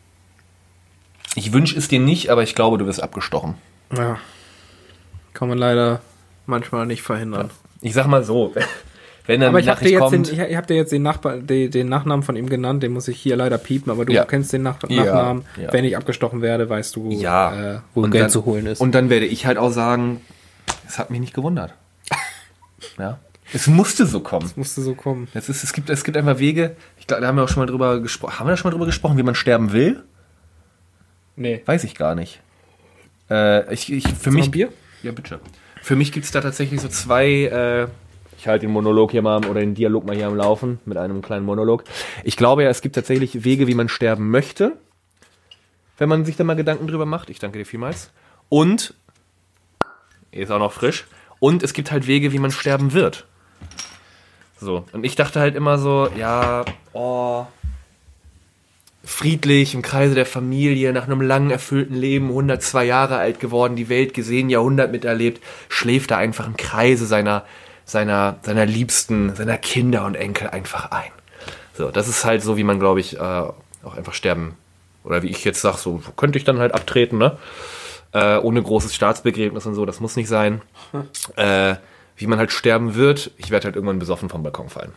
Ich wünsche es dir nicht, aber ich glaube, du wirst abgestochen. Ja. Kann man leider manchmal nicht verhindern. Ich sag mal so, wenn dann aber ich Nachricht kommt... Ich hab dir jetzt den Nachnamen von ihm genannt, den muss ich hier leider piepen, aber du kennst den Nachnamen. Ja. Wenn ich abgestochen werde, weißt du, wo Geld zu holen ist. Und dann werde ich halt auch sagen, es hat mich nicht gewundert. Ja. Es musste so kommen. Es gibt einfach Wege, ich glaube, da haben wir auch schon mal drüber gesprochen. Haben wir da schon mal drüber gesprochen, wie man sterben will? Nee. Weiß ich gar nicht. Für mich... Bier? Ja, bitte. Für mich gibt es da tatsächlich so 2, ich halte den Monolog hier mal oder den Dialog mal hier am Laufen mit einem kleinen Monolog. Ich glaube ja, es gibt tatsächlich Wege, wie man sterben möchte, wenn man sich da mal Gedanken drüber macht. Ich danke dir vielmals. Und, ist auch noch frisch, und es gibt halt Wege, wie man sterben wird. So, und ich dachte halt immer so, ja, friedlich im Kreise der Familie, nach einem langen, erfüllten Leben, 102 Jahre alt geworden, die Welt gesehen, Jahrhundert miterlebt, schläft er einfach im Kreise seiner Liebsten, seiner Kinder und Enkel einfach ein. So, das ist halt so, wie man, glaube ich, auch einfach sterben, oder wie ich jetzt sage, so könnte ich dann halt abtreten, ne? Ohne großes Staatsbegräbnis und so, das muss nicht sein. Wie man halt sterben wird, ich werde halt irgendwann besoffen vom Balkon fallen.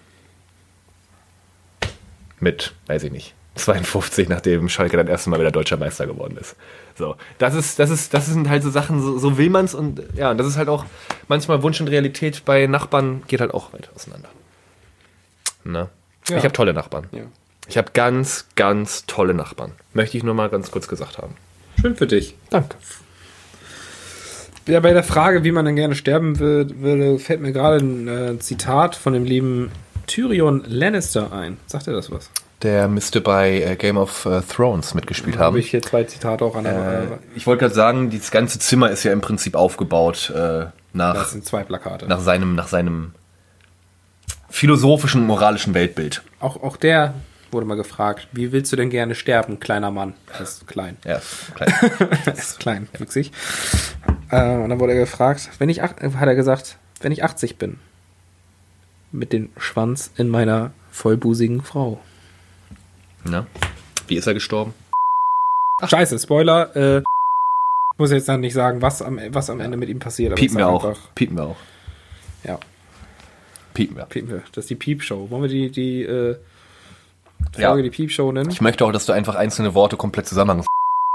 Mit, weiß ich nicht, 52, nachdem Schalke dann erste Mal wieder deutscher Meister geworden ist. So, das sind halt so Sachen, so will man's, und ja, das ist halt auch manchmal Wunsch und Realität bei Nachbarn geht halt auch weit auseinander. Ne? Ja. Ich habe tolle Nachbarn. Ja. Ich habe ganz, ganz tolle Nachbarn. Möchte ich nur mal ganz kurz gesagt haben. Schön für dich. Danke. Ja, bei der Frage, wie man denn gerne sterben würde, fällt mir gerade ein Zitat von dem lieben Tyrion Lannister ein. Sagt er das was? Der müsste bei Game of Thrones mitgespielt haben. Habe ich hier 2 Zitate auch an der Ich wollte gerade sagen, dieses ganze Zimmer ist ja im Prinzip aufgebaut das sind 2 Plakate. nach seinem philosophischen, moralischen Weltbild. Auch der wurde mal gefragt, wie willst du denn gerne sterben, kleiner Mann? Das ist klein. Ja, klein. Das ist klein, witzig. Und dann wurde er gefragt, hat er gesagt, wenn ich 80 bin, mit dem Schwanz in meiner vollbusigen Frau. Na? Wie ist er gestorben? Ach, scheiße, Spoiler. Muss jetzt dann nicht sagen, was am Ende mit ihm passiert. Aber Piepen wir auch. Piepen wir auch. Ja. Piepen wir. Das ist die Piepshow. Wollen wir die Folge die Piepshow nennen? Ich möchte auch, dass du einfach einzelne Worte komplett zusammenhängst.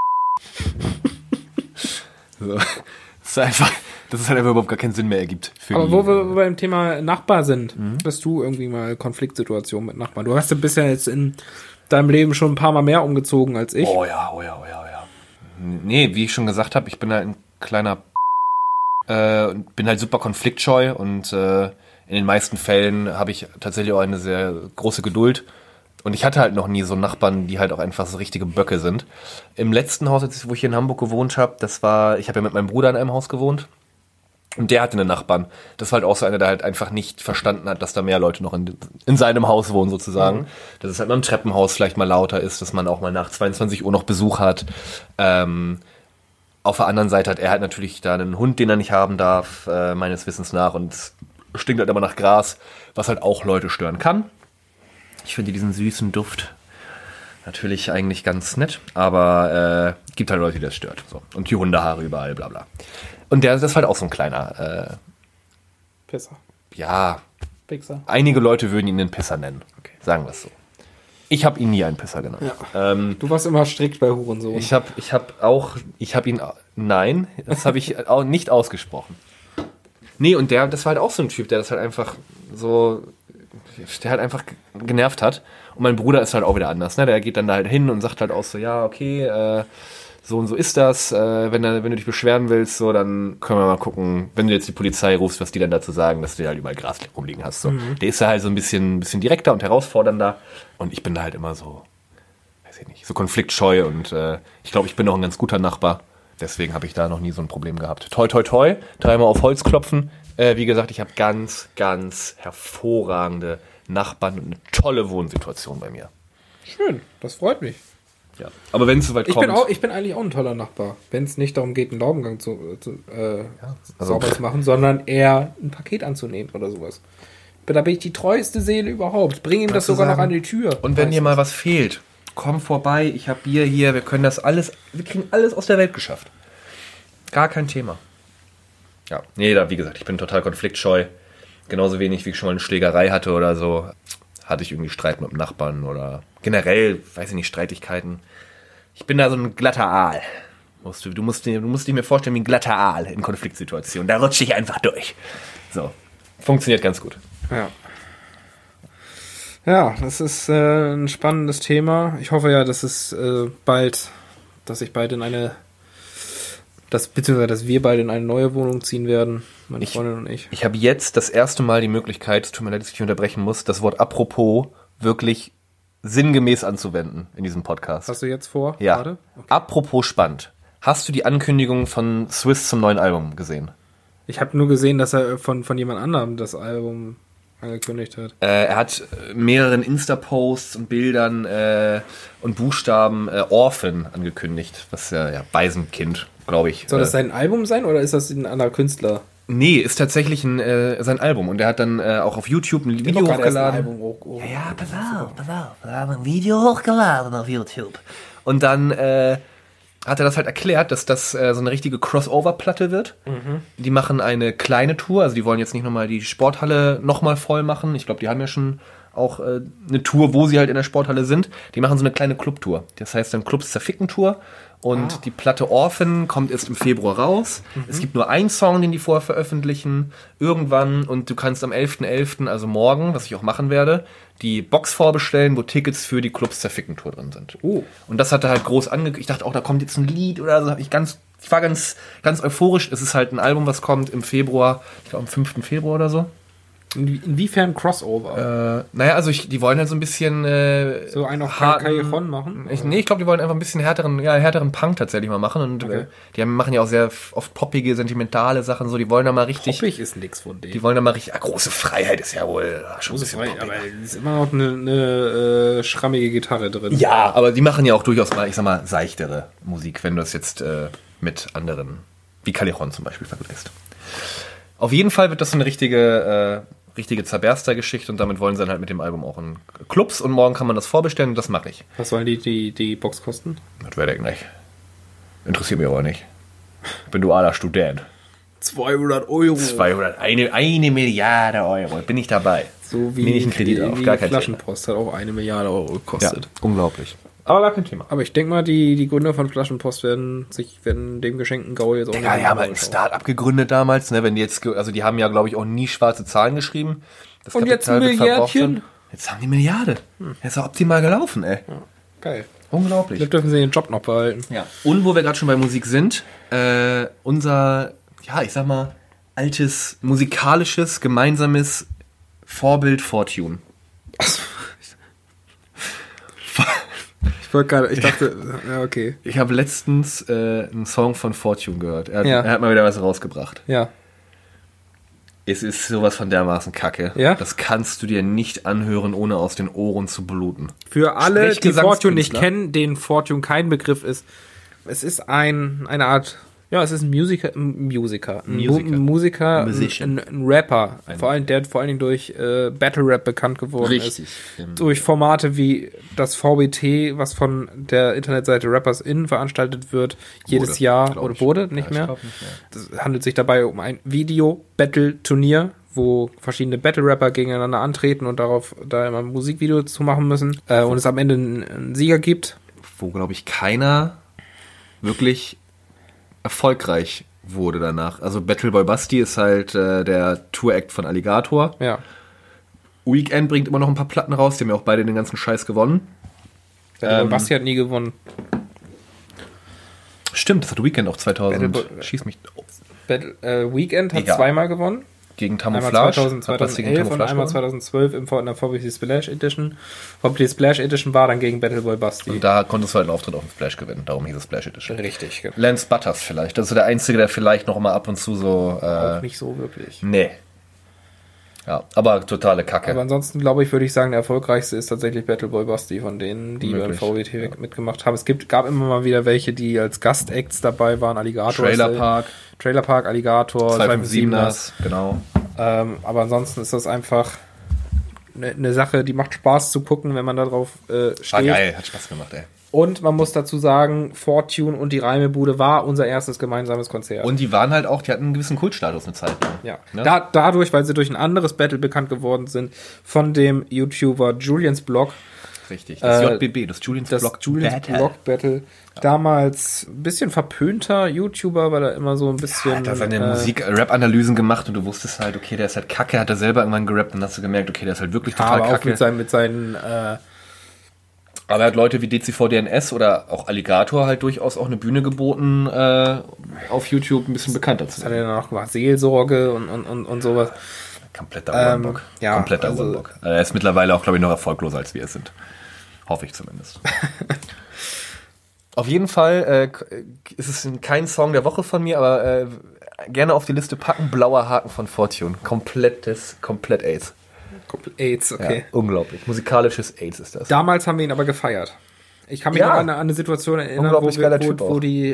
So. Dass es halt einfach überhaupt gar keinen Sinn mehr ergibt. Aber wo wir beim Thema Nachbar sind, hast du irgendwie mal Konfliktsituationen mit Nachbarn? Du hast ja bisher jetzt in deinem Leben schon ein paar Mal mehr umgezogen als ich. Oh ja. Nee, wie ich schon gesagt habe, ich bin halt ein kleiner bin halt super konfliktscheu und in den meisten Fällen habe ich tatsächlich auch eine sehr große Geduld. Und ich hatte halt noch nie so Nachbarn, die halt auch einfach so richtige Böcke sind. Im letzten Haus, wo ich hier in Hamburg gewohnt habe, ich habe ja mit meinem Bruder in einem Haus gewohnt. Und der hatte einen Nachbarn. Das war halt auch so einer, der halt einfach nicht verstanden hat, dass da mehr Leute noch in seinem Haus wohnen sozusagen. Dass es halt mal im Treppenhaus vielleicht mal lauter ist, dass man auch mal nach 22 Uhr noch Besuch hat. Auf der anderen Seite hat er halt natürlich da einen Hund, den er nicht haben darf, meines Wissens nach. Und es stinkt halt immer nach Gras, was halt auch Leute stören kann. Ich finde diesen süßen Duft natürlich eigentlich ganz nett, aber gibt halt Leute, die das stört. So. Und die Hundehaare überall, bla bla. Und das ist halt auch so ein kleiner Pisser. Ja. Pixar. Einige Leute würden ihn einen Pisser nennen. Okay. Sagen wir es so. Ich habe ihn nie einen Pisser genannt. Ja. Du warst immer strikt bei Hurensohn. Nein, das habe ich auch nicht ausgesprochen. Nee, und das war halt auch so ein Typ, der das halt einfach so, der halt einfach genervt hat. Und mein Bruder ist halt auch wieder anders, ne? Der geht dann da halt hin und sagt halt auch so, ja, okay, so und so ist das. Wenn du dich beschweren willst, so, dann können wir mal gucken, wenn du jetzt die Polizei rufst, was die dann dazu sagen, dass du halt überall Gras rumliegen hast. So. Der ist ja halt so ein bisschen direkter und herausfordernder. Und ich bin da halt immer so, weiß ich nicht, so konfliktscheu. Und ich glaube, ich bin auch ein ganz guter Nachbar. Deswegen habe ich da noch nie so ein Problem gehabt. Toi, toi, toi. 3-mal auf Holz klopfen. Wie gesagt, ich habe ganz, ganz hervorragende Nachbarn und eine tolle Wohnsituation bei mir. Schön, das freut mich. Ja. Aber wenn es soweit kommt... Ich bin eigentlich auch ein toller Nachbar, wenn es nicht darum geht, einen Laubengang sauber zu machen, sondern eher ein Paket anzunehmen oder sowas. Da bin ich die treueste Seele überhaupt. Bring ihm das sogar noch an die Tür. Und wenn dir mal was fehlt, komm vorbei, ich habe Bier hier, wir kriegen alles aus der Welt geschafft. Gar kein Thema. Ja, nee, wie gesagt, ich bin total konfliktscheu. Genauso wenig, wie ich schon mal eine Schlägerei hatte oder so, hatte ich irgendwie Streit mit dem Nachbarn oder generell, weiß ich nicht, Streitigkeiten. Ich bin da so ein glatter Aal. Du musst dir mir vorstellen wie ein glatter Aal in Konfliktsituationen. Da rutsche ich einfach durch. So, funktioniert ganz gut. Ja, das ist ein spannendes Thema. Ich hoffe ja, dass wir bald dass wir beide in eine neue Wohnung ziehen werden, meine Freundin und ich. Ich habe jetzt das erste Mal die Möglichkeit, es tut mir leid, dass ich dich unterbrechen muss, das Wort apropos wirklich sinngemäß anzuwenden in diesem Podcast. Hast du jetzt vor? Ja. Gerade? Okay. Apropos spannend. Hast du die Ankündigung von Swiss zum neuen Album gesehen? Ich habe nur gesehen, dass er von jemand anderem das Album angekündigt hat. Er hat mehreren Insta-Posts und Bildern und Buchstaben Orphan angekündigt, was ja Waisenkind, glaube ich. Soll das sein Album sein oder ist das ein anderer Künstler? Nee, ist tatsächlich sein Album. Und er hat dann auch auf YouTube ein Video hochgeladen. Ja, pass auf. Wir haben ein Video hochgeladen auf YouTube. Und dann hat er das halt erklärt, dass das so eine richtige Crossover-Platte wird. Die machen eine kleine Tour, also die wollen jetzt nicht nochmal die Sporthalle nochmal voll machen. Ich glaube, die haben ja schon auch eine Tour, wo sie halt in der Sporthalle sind. Die machen so eine kleine Clubtour. Das heißt dann Clubs zerficken Tour. Und die Platte Orphan kommt erst im Februar raus. Es gibt nur einen Song, den die vorher veröffentlichen. Irgendwann. Und du kannst am 11.11., also morgen, was ich auch machen werde, die Box vorbestellen, wo Tickets für die Clubs zerficken Tour drin sind. Oh. Und das hat er halt groß angekündigt. Ich dachte auch, da kommt jetzt ein Lied oder so. Ich war ganz euphorisch. Es ist halt ein Album, was kommt im Februar. Ich glaube am 5. Februar oder so. Inwiefern Crossover? Naja, also die wollen halt so ein bisschen so einen auf Callejon machen? Ich glaube, die wollen einfach ein bisschen härteren Punk tatsächlich mal machen. Und die machen ja auch sehr oft poppige, sentimentale Sachen. So, die wollen da mal richtig... Poppig ist nix von denen. Die wollen da mal richtig... große Freiheit ist ja wohl schon große Freiheit, aber es ist immer noch eine schrammige Gitarre drin. Ja, aber die machen ja auch durchaus mal, ich sag mal, seichtere Musik, wenn du das jetzt mit anderen, wie Callejon zum Beispiel, vergleichst. Auf jeden Fall wird das so eine richtige Zerberster-Geschichte und damit wollen sie dann halt mit dem Album auch in Clubs und morgen kann man das vorbestellen und das mache ich. Was sollen die Box kosten? Das werde ich nicht. Interessiert mich aber nicht. Ich bin dualer Student. 200 Euro. 1 Milliarde Euro. Bin ich dabei. So wie nehme ich einen Kredit auf. Gar kein Flaschenpost hat auch 1 Milliarde Euro gekostet. Ja, unglaublich. Aber gar kein Thema. Aber ich denke mal, die Gründer von Flaschenpost werden dem geschenkten Gaul jetzt auch nicht. Ja, die haben halt ein Start-up gegründet damals, ne? Wenn die jetzt, also die haben ja, glaube ich, auch nie schwarze Zahlen geschrieben. Das und jetzt ein Milliardchen? Jetzt haben die Milliarde. Ist auch optimal gelaufen, ey. Ja, geil. Unglaublich. Vielleicht dürfen sie den Job noch behalten. Ja. Und wo wir gerade schon bei Musik sind, unser, ja, ich sag mal, altes musikalisches, gemeinsames Vorbild Fortune. Ich dachte, ja, okay. Ich habe letztens einen Song von Fortune gehört. Er hat mal wieder was rausgebracht. Ja. Es ist sowas von dermaßen Kacke. Ja? Das kannst du dir nicht anhören, ohne aus den Ohren zu bluten. Für alle, die Fortune nicht kennen, denen Fortune kein Begriff ist, es ist eine Art... Ja, es ist ein Musiker, ein Rapper, vor allen Dingen durch Battle Rap bekannt geworden ist. Durch Formate wie das VBT, was von der Internetseite Rappers In veranstaltet wird, jedes Jahr, oder wurde, nicht mehr. Es handelt sich dabei um ein Video-Battle-Turnier, wo verschiedene Battle-Rapper gegeneinander antreten und da immer ein Musikvideo zu machen müssen. Und es am Ende einen Sieger gibt. Wo, glaube ich, keiner wirklich erfolgreich wurde danach. Also Battle Boy Basti ist halt der Tour-Act von Alligator. Ja. Weekend bringt immer noch ein paar Platten raus, die haben ja auch beide den ganzen Scheiß gewonnen. Battle Boy Basti hat nie gewonnen. Stimmt, das hat Weekend auch 2000. Schieß mich. Weekend hat zweimal gewonnen. Gegen Camouflage. Einmal 2011 und einmal 2012 in der VBT Splash Edition. VBT Splash Edition war dann gegen Battle Boy Basti. Und da konntest du halt einen Auftritt auf dem Splash gewinnen. Darum hieß es Splash Edition. Richtig. Genau. Lance Butters vielleicht. Das ist so der Einzige, der vielleicht noch mal ab und zu so... auch nicht so wirklich. Nee. Ja, aber totale Kacke. Aber ansonsten, glaube ich, würde ich sagen, der erfolgreiche ist tatsächlich Battle Boy Basti von denen, die beim VBT mitgemacht haben. Es gab immer mal wieder welche, die als Gastacts dabei waren. Alligator. Trailer Park, Alligator, 257ers, genau. Aber ansonsten ist das einfach eine Sache, die macht Spaß zu gucken, wenn man da drauf steht. War geil, hat Spaß gemacht, ey. Und man muss dazu sagen, Fortune und die Reimebude war unser erstes gemeinsames Konzert. Und die waren halt auch, die hatten einen gewissen Kultstatus eine Zeit lang. Ja. Ne? Dadurch, weil sie durch ein anderes Battle bekannt geworden sind, von dem YouTuber Julians Blog. Richtig, das JBB, das Julians Blog Battle. Ja. Damals ein bisschen verpönter YouTuber, weil er immer so ein bisschen... hat er seine Musik-Rap-Analysen gemacht und du wusstest halt, okay, der ist halt kacke, hat er selber irgendwann gerappt und hast du gemerkt, okay, der ist halt wirklich total kacke. Auch mit seinen aber er hat Leute wie DCVDNS oder auch Alligator halt durchaus auch eine Bühne geboten, auf YouTube ein bisschen bekannter zu sein. Das hat er dann auch gemacht, Seelsorge und sowas. Kompletter Humbug. Kompletter Humbug. Er ist mittlerweile auch, glaube ich, noch erfolgloser, als wir es sind. Hoffe ich zumindest. Auf jeden Fall ist es kein Song der Woche von mir, aber gerne auf die Liste packen. Blauer Haken von Fortune. Komplett AIDS. AIDS, okay. Ja, unglaublich. Musikalisches AIDS ist das. Damals haben wir ihn aber gefeiert. Ich kann mich noch an eine Situation erinnern, wo die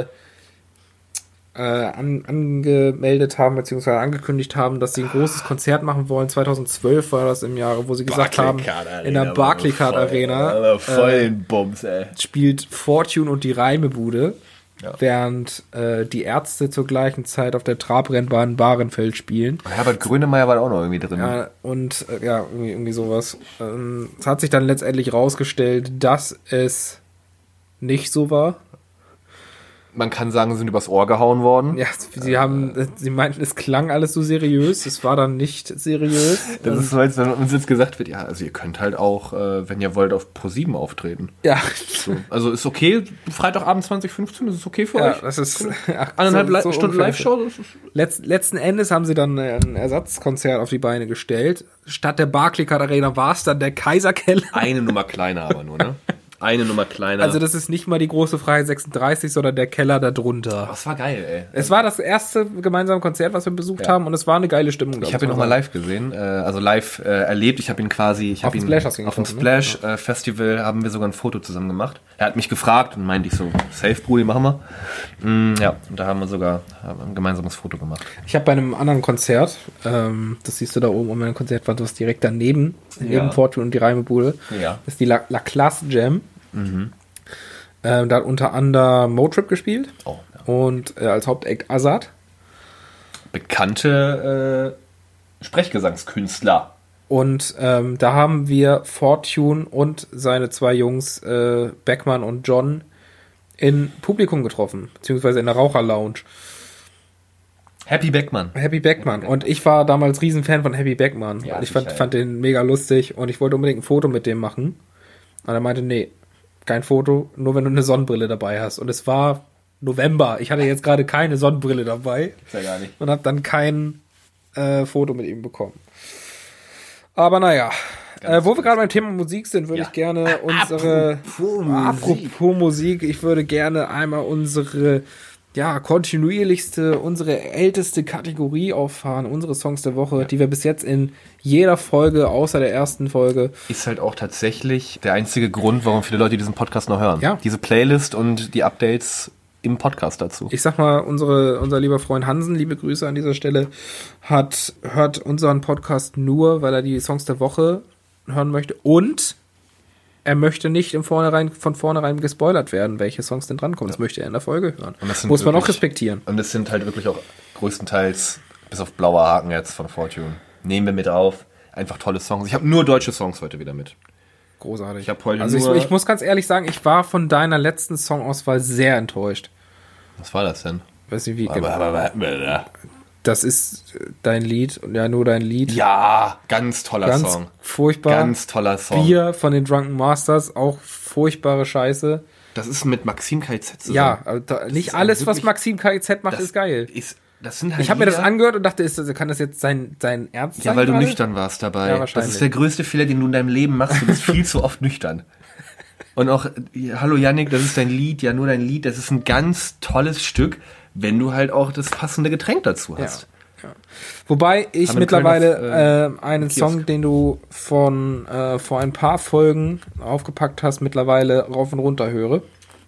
angemeldet haben, beziehungsweise angekündigt haben, dass sie ein großes Konzert machen wollen. 2012 war das im Jahre, wo sie gesagt haben, in der Barclaycard Arena voll den Bums, ey. Spielt Fortune und die Reimebude. Ja. während die Ärzte zur gleichen Zeit auf der Trabrennbahn in Bahrenfeld spielen. Herbert Grönemeyer war da auch noch irgendwie drin. Ja, und irgendwie sowas. Es hat sich dann letztendlich rausgestellt, dass es nicht so war. Man kann sagen, sie sind übers Ohr gehauen worden. Ja, sie meinten, es klang alles so seriös, es war dann nicht seriös. Das ist so, als wenn uns jetzt gesagt wird, ja, also ihr könnt halt auch, wenn ihr wollt, auf Pro7 auftreten. Ja. So. Also ist okay, Freitagabend 2015, das ist okay für euch? Das ist 1,5 Stunden Live-Show. Letzten Endes haben sie dann ein Ersatzkonzert auf die Beine gestellt. Statt der Barclaycard Arena war es dann der Kaiserkeller. Eine Nummer kleiner aber nur, ne? Eine Nummer kleiner. Also das ist nicht mal die große Freiheit 36, sondern der Keller darunter. Das war geil, ey. Es war das erste gemeinsame Konzert, was wir besucht haben, und es war eine geile Stimmung. Ich habe ihn nochmal live gesehen, also live erlebt. Ich habe ihn quasi, auf dem Splash Festival haben wir sogar ein Foto zusammen gemacht. Er hat mich gefragt und meinte ich so, safe, Brudi, machen wir. Ja, und da haben wir sogar ein gemeinsames Foto gemacht. Ich habe bei einem anderen Konzert, das siehst du da oben, um ein Konzert war das direkt daneben, neben Fortune und die Reimebude, das ist die La Classe Jam. Da hat unter anderem Motrip gespielt und als Hauptact Azad. Bekannte Sprechgesangskünstler. Und da haben wir Fortune und seine zwei Jungs, Beckmann und John, in Publikum getroffen, beziehungsweise in der Raucherlounge. Happy Beckmann. Und ich war damals Riesenfan von Happy Beckmann. Ja, und ich fand den mega lustig und ich wollte unbedingt ein Foto mit dem machen. Und er meinte, nee, kein Foto, nur wenn du eine Sonnenbrille dabei hast. Und es war November. Ich hatte jetzt gerade keine Sonnenbrille dabei. Ist ja gar nicht. Und habe dann kein Foto mit ihm bekommen. Aber naja, wo wir gerade beim Thema Musik sind, würde ich gerne Apropos Musik, ich würde gerne einmal unsere kontinuierlichste, unsere älteste Kategorie auffahren, unsere Songs der Woche, die wir bis jetzt in jeder Folge, außer der ersten Folge. Ist halt auch tatsächlich der einzige Grund, warum viele Leute diesen Podcast noch hören. Ja. Diese Playlist und die Updates im Podcast dazu. Ich sag mal, unser lieber Freund Hansen, liebe Grüße an dieser Stelle, hört unseren Podcast nur, weil er die Songs der Woche hören möchte und er möchte nicht von vornherein gespoilert werden, welche Songs denn drankommen. Das möchte er in der Folge hören. Muss man auch respektieren. Und es sind halt wirklich auch größtenteils, bis auf blauer Haken jetzt von Fortune, nehmen wir mit auf. Einfach tolle Songs. Ich habe nur deutsche Songs heute wieder mit. Großartig. Ich habe heute ich muss ganz ehrlich sagen, ich war von deiner letzten Songauswahl sehr enttäuscht. Was war das denn? Weiß nicht wie. Das ist dein Lied und ja, nur dein Lied. Ja, ganz toller Song. Furchtbar. Ganz toller Song. Bier von den Drunken Masters, auch furchtbare Scheiße. Das ist mit Maxim KIZ zusammen. Ja, nicht alles, was Maxim KIZ macht, ist geil. Das sind halt ich habe mir das angehört und dachte, kann das jetzt sein Ernst sein? Ja, weil du gerade? nüchtern warst dabei. Ja, wahrscheinlich. Das ist der größte Fehler, den du in deinem Leben machst. Du bist viel zu oft nüchtern. Und auch, hallo Yannick, das ist dein Lied, ja nur dein Lied. Das ist ein ganz tolles Stück, wenn du halt auch das passende Getränk dazu hast. Ja. Wobei ich mittlerweile einen Song, den du vor ein paar Folgen aufgepackt hast, mittlerweile rauf und runter höre.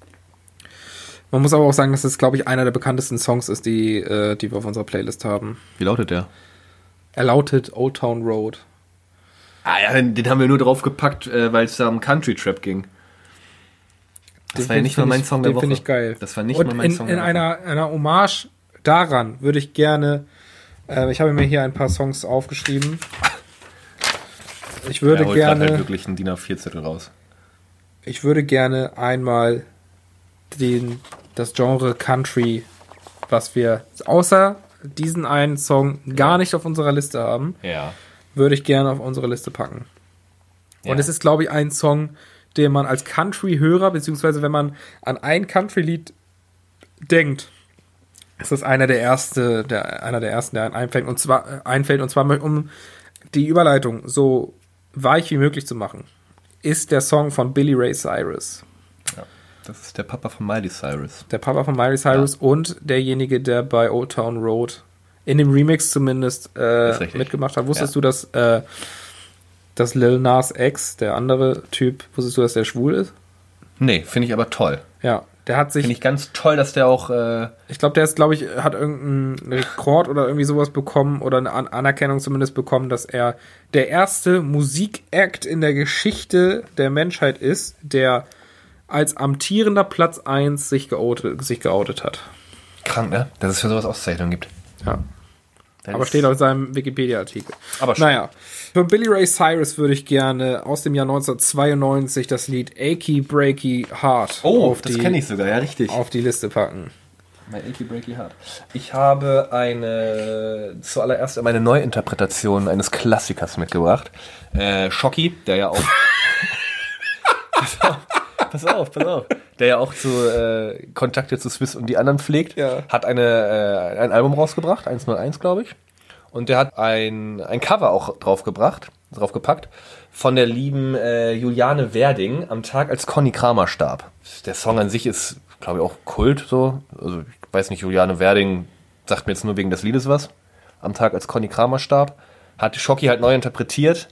Man muss aber auch sagen, dass es, glaube ich, einer der bekanntesten Songs ist, die wir auf unserer Playlist haben. Wie lautet der? Er lautet Old Town Road. Ah ja, den haben wir nur draufgepackt, weil es da um Country Trap ging. Das war ja nicht mal mein Song der Woche. Den finde ich geil. Das war nicht mal mein Song der Woche. In einer Hommage daran würde ich gerne, ich habe mir hier ein paar Songs aufgeschrieben. Ich würde gerne halt wirklich einen DIN A4-Zettel raus. Ich würde gerne einmal das Genre Country, was wir außer diesen einen Song gar nicht auf unserer Liste haben, würde ich gerne auf unsere Liste packen. Ja. Und es ist, glaube ich, ein Song, den man als Country-Hörer, beziehungsweise wenn man an ein Country-Lied denkt, ist das einer der ersten, der einem einfällt. Und zwar, um die Überleitung so weich wie möglich zu machen, ist der Song von Billy Ray Cyrus. Ja, das ist der Papa von Miley Cyrus. Der Papa von Miley Cyrus und derjenige, der bei Old Town Road in dem Remix zumindest mitgemacht hat. Wusstest du, dass Lil Nas X, der andere Typ, wusstest du, dass der schwul ist? Nee, finde ich aber toll. Ja, der hat sich... Finde ich ganz toll, dass der auch... Ich glaube, hat irgendeinen Rekord oder irgendwie sowas bekommen oder eine Anerkennung zumindest bekommen, dass er der erste Musikact in der Geschichte der Menschheit ist, der als amtierender Platz 1 sich geoutet hat. Krank, ne? Dass es für sowas Auszeichnungen gibt. Ja. Aber steht auf seinem Wikipedia-Artikel. Aber schon. Naja, für Billy Ray Cyrus würde ich gerne aus dem Jahr 1992 das Lied Achy Breaky Heart das kenne ich sogar, ja, richtig. auf die Liste packen. Mein Achy Breaky Heart. Ich habe zuallererst eine Neuinterpretation eines Klassikers mitgebracht. Shocky, der ja auch... Pass auf. Der ja auch Kontakte zu Swiss und die anderen pflegt, hat ein Album rausgebracht, 101, glaube ich. Und der hat ein Cover auch draufgepackt, von der lieben Juliane Werding am Tag, als Conny Kramer starb. Der Song an sich ist, glaube ich, auch Kult, so. Also, ich weiß nicht, Juliane Werding sagt mir jetzt nur wegen des Liedes was. Am Tag, als Conny Kramer starb. Hat Shocky halt neu interpretiert.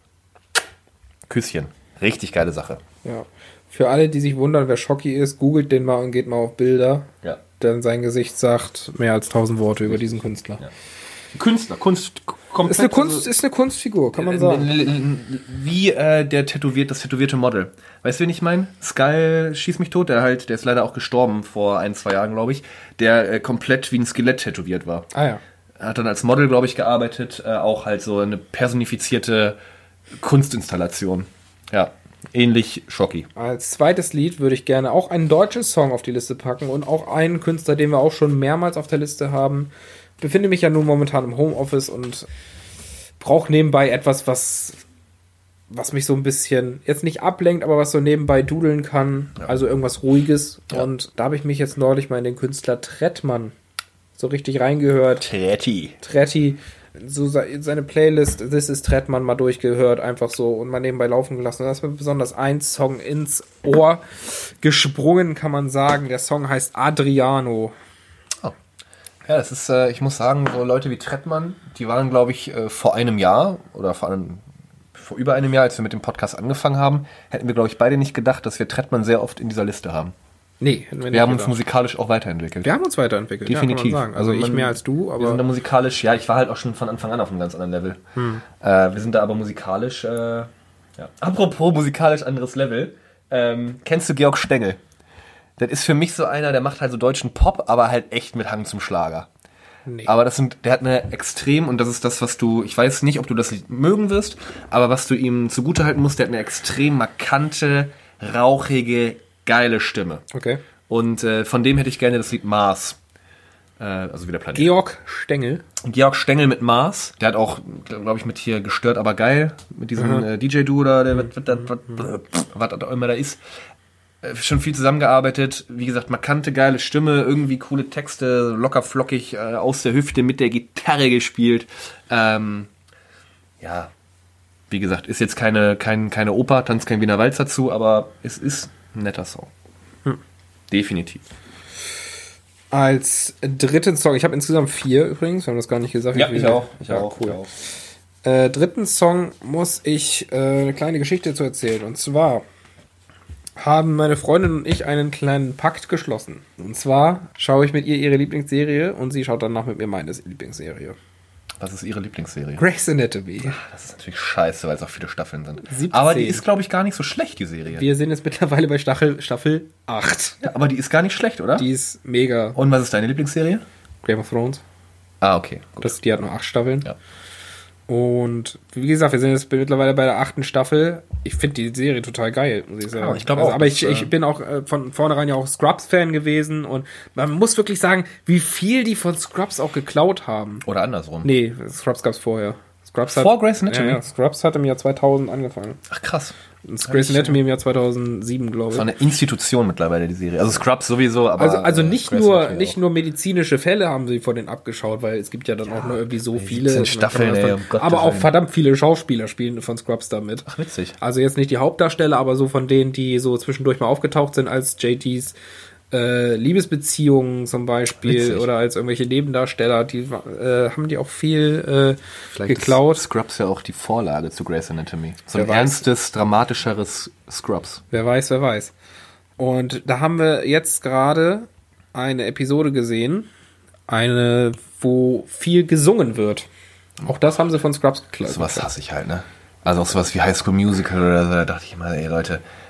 Küsschen. Richtig geile Sache. Ja. Für alle, die sich wundern, wer Shocky ist, googelt den mal und geht mal auf Bilder. Ja. Denn sein Gesicht sagt mehr als 1000 Worte über diesen Künstler. Ja. Kunst komplett. Ist eine Kunstfigur, kann man sagen. Wie das tätowierte Model. Weißt du, wen ich meine? Skull schieß mich tot, der ist leider auch gestorben vor 1-2 Jahren, glaube ich, der komplett wie ein Skelett tätowiert war. Ah ja. Er hat dann als Model, glaube ich, gearbeitet, auch halt so eine personifizierte Kunstinstallation. Ja, ähnlich Shocky. Als zweites Lied würde ich gerne auch einen deutschen Song auf die Liste packen und auch einen Künstler, den wir auch schon mehrmals auf der Liste haben. Befinde mich ja nun momentan im Homeoffice und brauche nebenbei etwas, was mich so ein bisschen jetzt nicht ablenkt, aber was so nebenbei dudeln kann. Ja. Also irgendwas Ruhiges. Ja. Und da habe ich mich jetzt neulich mal in den Künstler Trettmann so richtig reingehört. Tretti. So seine Playlist This is Trettmann mal durchgehört, einfach so und mal nebenbei laufen gelassen. Und da ist mir besonders ein Song ins Ohr gesprungen, kann man sagen. Der Song heißt Adriano. Ja, das ist, ich muss sagen, so Leute wie Trettmann, die waren, glaube ich, vor einem Jahr oder vor über einem Jahr, als wir mit dem Podcast angefangen haben, hätten wir, glaube ich, beide nicht gedacht, dass wir Trettmann sehr oft in dieser Liste haben. Nee, hätten wir nicht. Wir haben uns musikalisch auch weiterentwickelt. Wir haben uns weiterentwickelt, definitiv. Ja, kann man sagen. Also ich mehr als du, aber... Wir sind da musikalisch, ja, ich war halt auch schon von Anfang an auf einem ganz anderen Level. Wir sind da aber musikalisch, ja. Apropos musikalisch anderes Level, kennst du Georg Stengel? Das ist für mich so einer, der macht halt so deutschen Pop, aber halt echt mit Hang zum Schlager. Nee. Aber der hat eine extrem, und das ist das, was du, ich weiß nicht, ob du das mögen wirst, aber was du ihm zugutehalten musst, der hat eine extrem markante, rauchige, geile Stimme. Okay. Und von dem hätte ich gerne das Lied Mars. Also wie der Planet. Georg Stengel mit Mars. Der hat auch, glaube ich, mit hier Gestört, aber geil, mit diesem DJ-Duo da, der was auch immer da ist. Schon viel zusammengearbeitet, wie gesagt, markante, geile Stimme, irgendwie coole Texte, locker flockig aus der Hüfte mit der Gitarre gespielt. Ja, wie gesagt, ist jetzt keine Oper, tanzt kein Wiener Walz dazu, aber es ist ein netter Song. Definitiv. Als dritten Song, ich habe insgesamt 4 übrigens, wir haben das gar nicht gesagt. Ja, ich auch. Cool. Dritten Song muss ich eine kleine Geschichte zu erzählen, und zwar haben meine Freundin und ich einen kleinen Pakt geschlossen. Und zwar schaue ich mit ihr ihre Lieblingsserie und sie schaut danach mit mir meine Lieblingsserie. Was ist ihre Lieblingsserie? Grey's Anatomy. Das ist natürlich scheiße, weil es auch viele Staffeln sind. 17. Aber die ist, glaube ich, gar nicht so schlecht, die Serie. Wir sind jetzt mittlerweile bei Staffel 8. Ja, aber die ist gar nicht schlecht, oder? Die ist mega. Und was ist deine Lieblingsserie? Game of Thrones. Ah, okay. Gut. Die hat nur 8 Staffeln. Ja. Und wie gesagt, wir sind jetzt mittlerweile bei der 8. Staffel. Ich finde die Serie total geil, muss ich sagen. Ja, ich glaube auch. Aber ich bin auch von vornherein ja auch Scrubs-Fan gewesen. Und man muss wirklich sagen, wie viel die von Scrubs auch geklaut haben. Oder andersrum. Nee, Scrubs gab es vorher. Vor Grey's Anatomy? Ja, Scrubs hat im Jahr 2000 angefangen. Ach, krass. Und Grey's Anatomy im Jahr 2007, glaube ich. Das war eine Institution mittlerweile, die Serie. Also Scrubs sowieso, aber... Also nicht nur medizinische Fälle haben sie von denen abgeschaut, weil es gibt ja dann auch nur irgendwie so viele. Staffeln, aber auch verdammt viele Schauspieler spielen von Scrubs damit. Ach, witzig. Also jetzt nicht die Hauptdarsteller, aber so von denen, die so zwischendurch mal aufgetaucht sind als JTs Liebesbeziehungen zum Beispiel. Witzig. Oder als irgendwelche Nebendarsteller, die haben die auch viel geklaut. Ist Scrubs ja auch die Vorlage zu Grey's Anatomy. So ein ernstes, dramatischeres Scrubs. Wer weiß. Und da haben wir jetzt gerade eine Episode gesehen, wo viel gesungen wird. Auch das haben sie von Scrubs geklaut. Sowas hasse ich halt, ne? Also auch sowas wie High School Musical oder so, da dachte ich immer, ey Leute,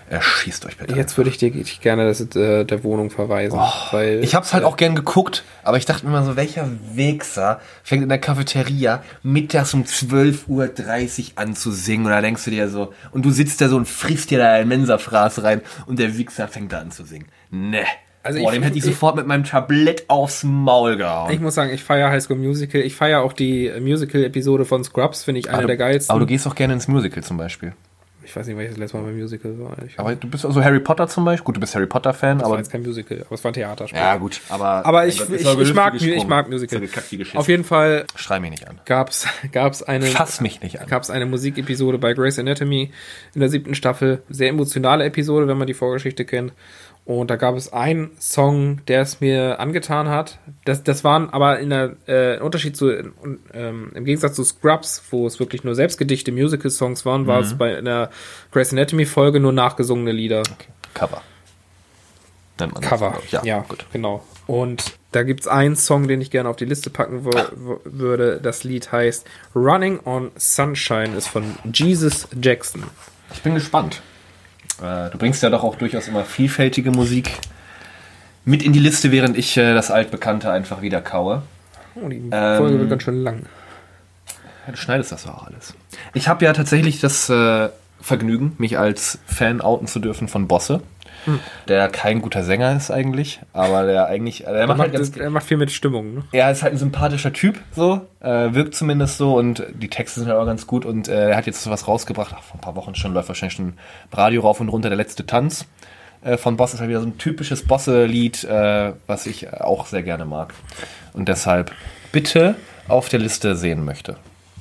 Erschießt euch bitte. Jetzt würde ich dich gerne der Wohnung verweisen. Weil, ich hab's halt auch gern geguckt, aber ich dachte mir immer so, welcher Wichser fängt in der Cafeteria mittags um 12:30 Uhr an zu singen und da denkst du dir so, und du sitzt da so und frisst dir da ein Mensa-Fraß rein und der Wichser fängt da an zu singen. Ne. Also dem hätte ich sofort mit meinem Tablett aufs Maul gehauen. Ich muss sagen, ich feiere High School Musical. Ich feiere auch die Musical-Episode von Scrubs, finde ich eine der geilsten. Aber du gehst auch gerne ins Musical zum Beispiel. Ich weiß nicht, weil ich das letzte Mal beim Musical war. Aber du bist also Harry Potter zum Beispiel. Gut, du bist Harry Potter-Fan. Das war jetzt kein Musical, aber es war ein Theaterspiel. Ja gut, aber ich mag Musical. Auf jeden Fall schrei mich nicht an. Gab's eine Fass mich nicht an. Gab's eine Musikepisode bei Grey's Anatomy in der 7. Staffel. Sehr emotionale Episode, wenn man die Vorgeschichte kennt. Und da gab es einen Song, der es mir angetan hat. Das waren aber in der Unterschied zu im Gegensatz zu Scrubs, wo es wirklich nur selbstgedichte Musical-Songs waren, war es bei einer Grey's Anatomy-Folge nur nachgesungene Lieder. Okay. Cover. Nennt man Cover, das, ja, gut. Genau. Und da gibt's einen Song, den ich gerne auf die Liste packen würde. Das Lied heißt Running on Sunshine, ist von Jesus Jackson. Ich bin gespannt. Du bringst ja doch auch durchaus immer vielfältige Musik mit in die Liste, während ich das Altbekannte einfach wieder kaue. Oh, die Folge wird ganz schön lang. Ja, du schneidest das auch alles. Ich habe ja tatsächlich das Vergnügen, mich als Fan outen zu dürfen von Bosse, der kein guter Sänger ist eigentlich, aber der macht viel mit Stimmung. Ne? Er ist halt ein sympathischer Typ, so, wirkt zumindest so und die Texte sind halt auch ganz gut und er hat jetzt sowas rausgebracht, vor ein paar Wochen schon, läuft wahrscheinlich schon im Radio rauf und runter, der letzte Tanz von Bosse ist halt wieder so ein typisches Bosse-Lied, was ich auch sehr gerne mag und deshalb bitte auf der Liste sehen möchte.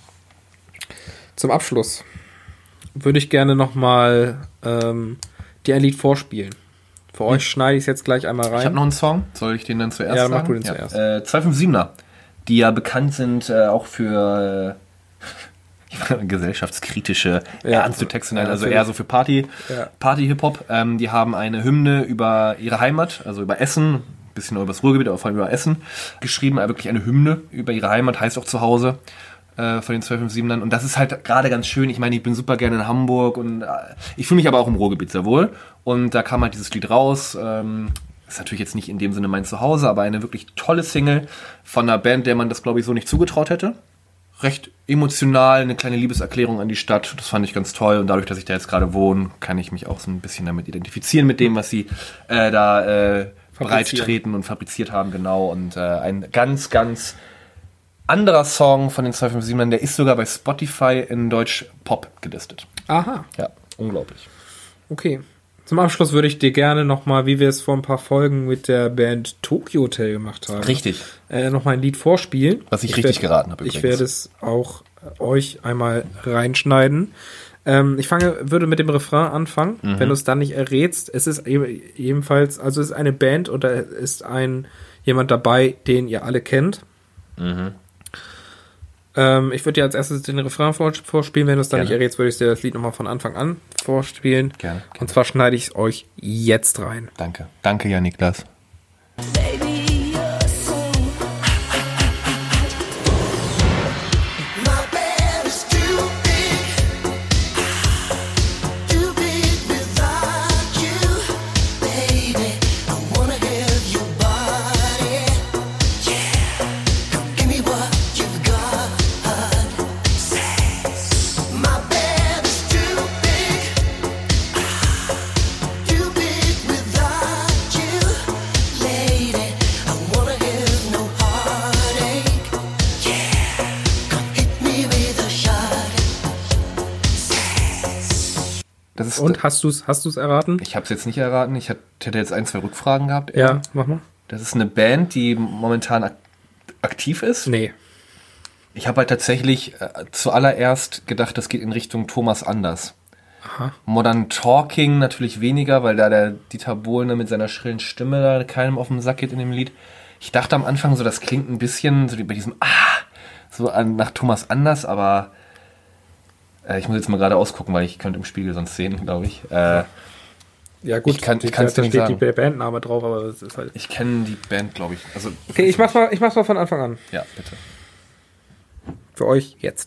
Zum Abschluss würde ich gerne nochmal dir ein Lied vorspielen. Für euch schneide ich es jetzt gleich einmal rein. Ich habe noch einen Song. Soll ich den dann zuerst sagen? Ja, mach du den zuerst. 257er, die ja bekannt sind auch für gesellschaftskritische, ernste Texte, also eher so für Party-Hip-Hop. Die haben eine Hymne über ihre Heimat, also über Essen, ein bisschen über das Ruhrgebiet, aber vor allem über Essen geschrieben. Wirklich eine Hymne über ihre Heimat, heißt auch Zuhause. Von den 257ern und das ist halt gerade ganz schön, ich meine, ich bin super gerne in Hamburg und ich fühle mich aber auch im Ruhrgebiet sehr wohl und da kam halt dieses Lied raus, ist natürlich jetzt nicht in dem Sinne mein Zuhause, aber eine wirklich tolle Single von einer Band, der man das glaube ich so nicht zugetraut hätte, recht emotional, eine kleine Liebeserklärung an die Stadt, das fand ich ganz toll und dadurch, dass ich da jetzt gerade wohne, kann ich mich auch so ein bisschen damit identifizieren, mit dem, was sie da breit treten und fabriziert haben, genau und ein ganz, ganz anderer Song von den 257ern, der ist sogar bei Spotify in Deutsch Pop gelistet. Aha. Ja, unglaublich. Okay. Zum Abschluss würde ich dir gerne nochmal, wie wir es vor ein paar Folgen mit der Band Tokyo Hotel gemacht haben. Richtig. Nochmal ein Lied vorspielen. Was ich richtig geraten habe übrigens. Ich werde es auch euch einmal reinschneiden. Ich würde mit dem Refrain anfangen, wenn du es dann nicht errätst. Es ist ebenfalls, also es ist eine Band und da ist jemand dabei, den ihr alle kennt. Ich würde dir als erstes den Refrain vorspielen. Wenn du es dann nicht errätst, würde ich dir das Lied nochmal von Anfang an vorspielen. Gerne. Und zwar schneide ich es euch jetzt rein. Danke. Danke, ja, Niklas. Und hast du es erraten? Ich habe es jetzt nicht erraten. Ich hätte jetzt 1, 2 Rückfragen gehabt. Ja, mach mal. Das ist eine Band, die momentan aktiv ist. Nee. Ich habe halt tatsächlich zuallererst gedacht, das geht in Richtung Thomas Anders. Aha. Modern Talking natürlich weniger, weil da der Dieter Bohlen mit seiner schrillen Stimme da keinem auf den Sack geht in dem Lied. Ich dachte am Anfang so, das klingt ein bisschen so wie bei diesem so nach Thomas Anders, aber ich muss jetzt mal gerade ausgucken, weil ich könnte im Spiegel sonst sehen, glaube ich. Ja gut, ich kann es da nicht sagen. Steht die Bandname drauf, aber das ist halt... Ich kenne die Band, glaube ich. Also, okay, ich mach's mal von Anfang an. Ja, bitte. Für euch jetzt.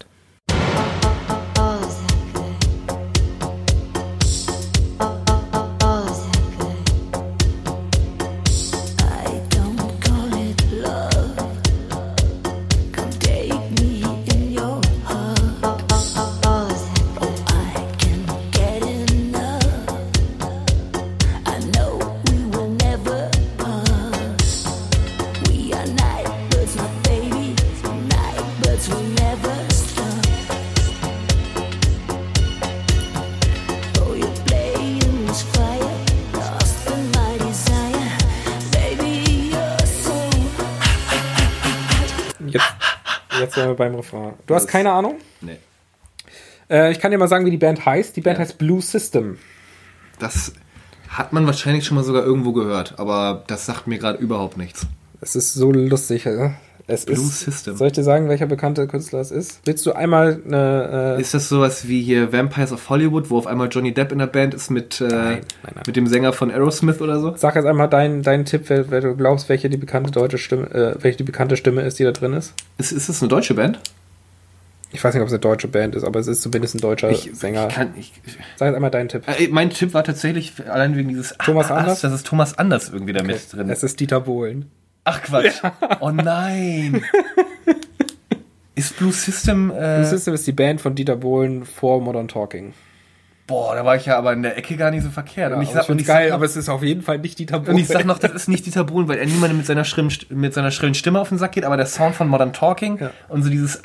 Jetzt sind wir beim Refrain. Du hast keine Ahnung? Nee. Ich kann dir mal sagen, wie die Band heißt. Die Band heißt Blue System. Das hat man wahrscheinlich schon mal sogar irgendwo gehört, aber das sagt mir gerade überhaupt nichts. Es ist so lustig. Blue System. Soll ich dir sagen, welcher bekannte Künstler es ist? Willst du einmal eine... Ist das sowas wie hier Vampires of Hollywood, wo auf einmal Johnny Depp in der Band ist mit dem Sänger von Aerosmith oder so? Sag jetzt einmal deinen Tipp, wer du glaubst, welche die bekannte Stimme ist, die da drin ist. Ist es eine deutsche Band? Ich weiß nicht, ob es eine deutsche Band ist, aber es ist zumindest ein deutscher Sänger. Sag jetzt einmal deinen Tipp. Mein Tipp war tatsächlich, allein wegen dieses Thomas Anders? Das ist Thomas Anders irgendwie da mit drin. Es ist Dieter Bohlen. Ach Quatsch. Ja. Oh nein. Ist Blue System... Blue System ist die Band von Dieter Bohlen vor Modern Talking. Boah, da war ich ja aber in der Ecke gar nicht so verkehrt. Ja, und ich geil, aber es ist auf jeden Fall nicht Dieter Bohlen. Und ich sag noch, das ist nicht Dieter Bohlen, weil er niemandem mit seiner schrillen Stimme auf den Sack geht, aber der Sound von Modern Talking und so dieses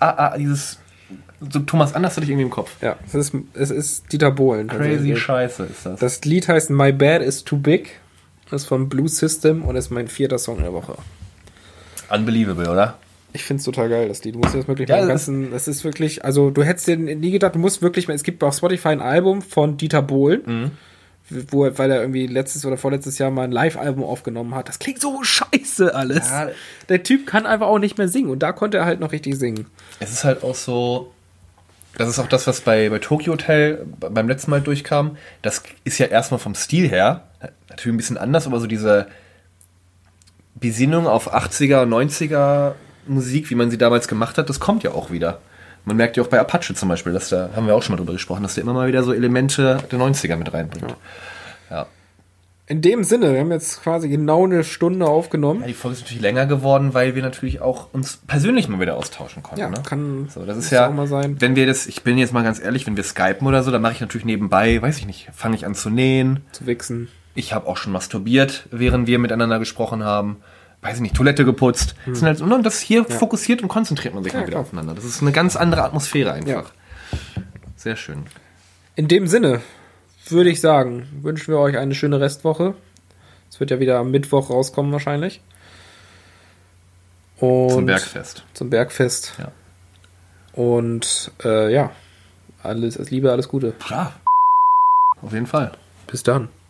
so Thomas Anders hatte ich irgendwie im Kopf. Ja, es ist Dieter Bohlen. Crazy Scheiße ist das. Das Lied heißt My Bad is Too Big. Das ist von Blue System und ist mein 4. Song in der Woche. Unbelievable, oder? Ich find's total geil, das Lied. Du musst dir das wirklich mal das ist wirklich, also du hättest dir nie gedacht, du musst wirklich, es gibt auf Spotify ein Album von Dieter Bohlen, weil er irgendwie letztes oder vorletztes Jahr mal ein Live-Album aufgenommen hat. Das klingt so scheiße alles. Ja. Der Typ kann einfach auch nicht mehr singen und da konnte er halt noch richtig singen. Es ist halt auch so, das ist auch das, was bei Tokyo Hotel beim letzten Mal durchkam. Das ist ja erstmal vom Stil her natürlich ein bisschen anders, aber so diese Besinnung auf 80er, 90er Musik, wie man sie damals gemacht hat, das kommt ja auch wieder. Man merkt ja auch bei Apache zum Beispiel, dass da haben wir auch schon mal drüber gesprochen, dass der immer mal wieder so Elemente der 90er mit reinbringt. Ja. In dem Sinne, wir haben jetzt quasi genau eine Stunde aufgenommen. Ja, die Folge ist natürlich länger geworden, weil wir natürlich auch uns persönlich mal wieder austauschen konnten. Ja, ne? kann so, das ist ja auch mal sein. Wenn wir das, ich bin jetzt mal ganz ehrlich, wenn wir skypen oder so, dann mache ich natürlich nebenbei, weiß ich nicht, fange ich an zu nähen. Zu wichsen. Ich habe auch schon masturbiert, während wir miteinander gesprochen haben. Weiß ich nicht, Toilette geputzt. Das sind halt, und das hier fokussiert und konzentriert man sich mal wieder aufeinander. Das ist eine ganz andere Atmosphäre einfach. Ja. Sehr schön. In dem Sinne würde ich sagen, wünschen wir euch eine schöne Restwoche. Es wird ja wieder am Mittwoch rauskommen wahrscheinlich. Und Zum Bergfest. Ja. Und alles Liebe, alles Gute. Klar. Auf jeden Fall. Bis dann.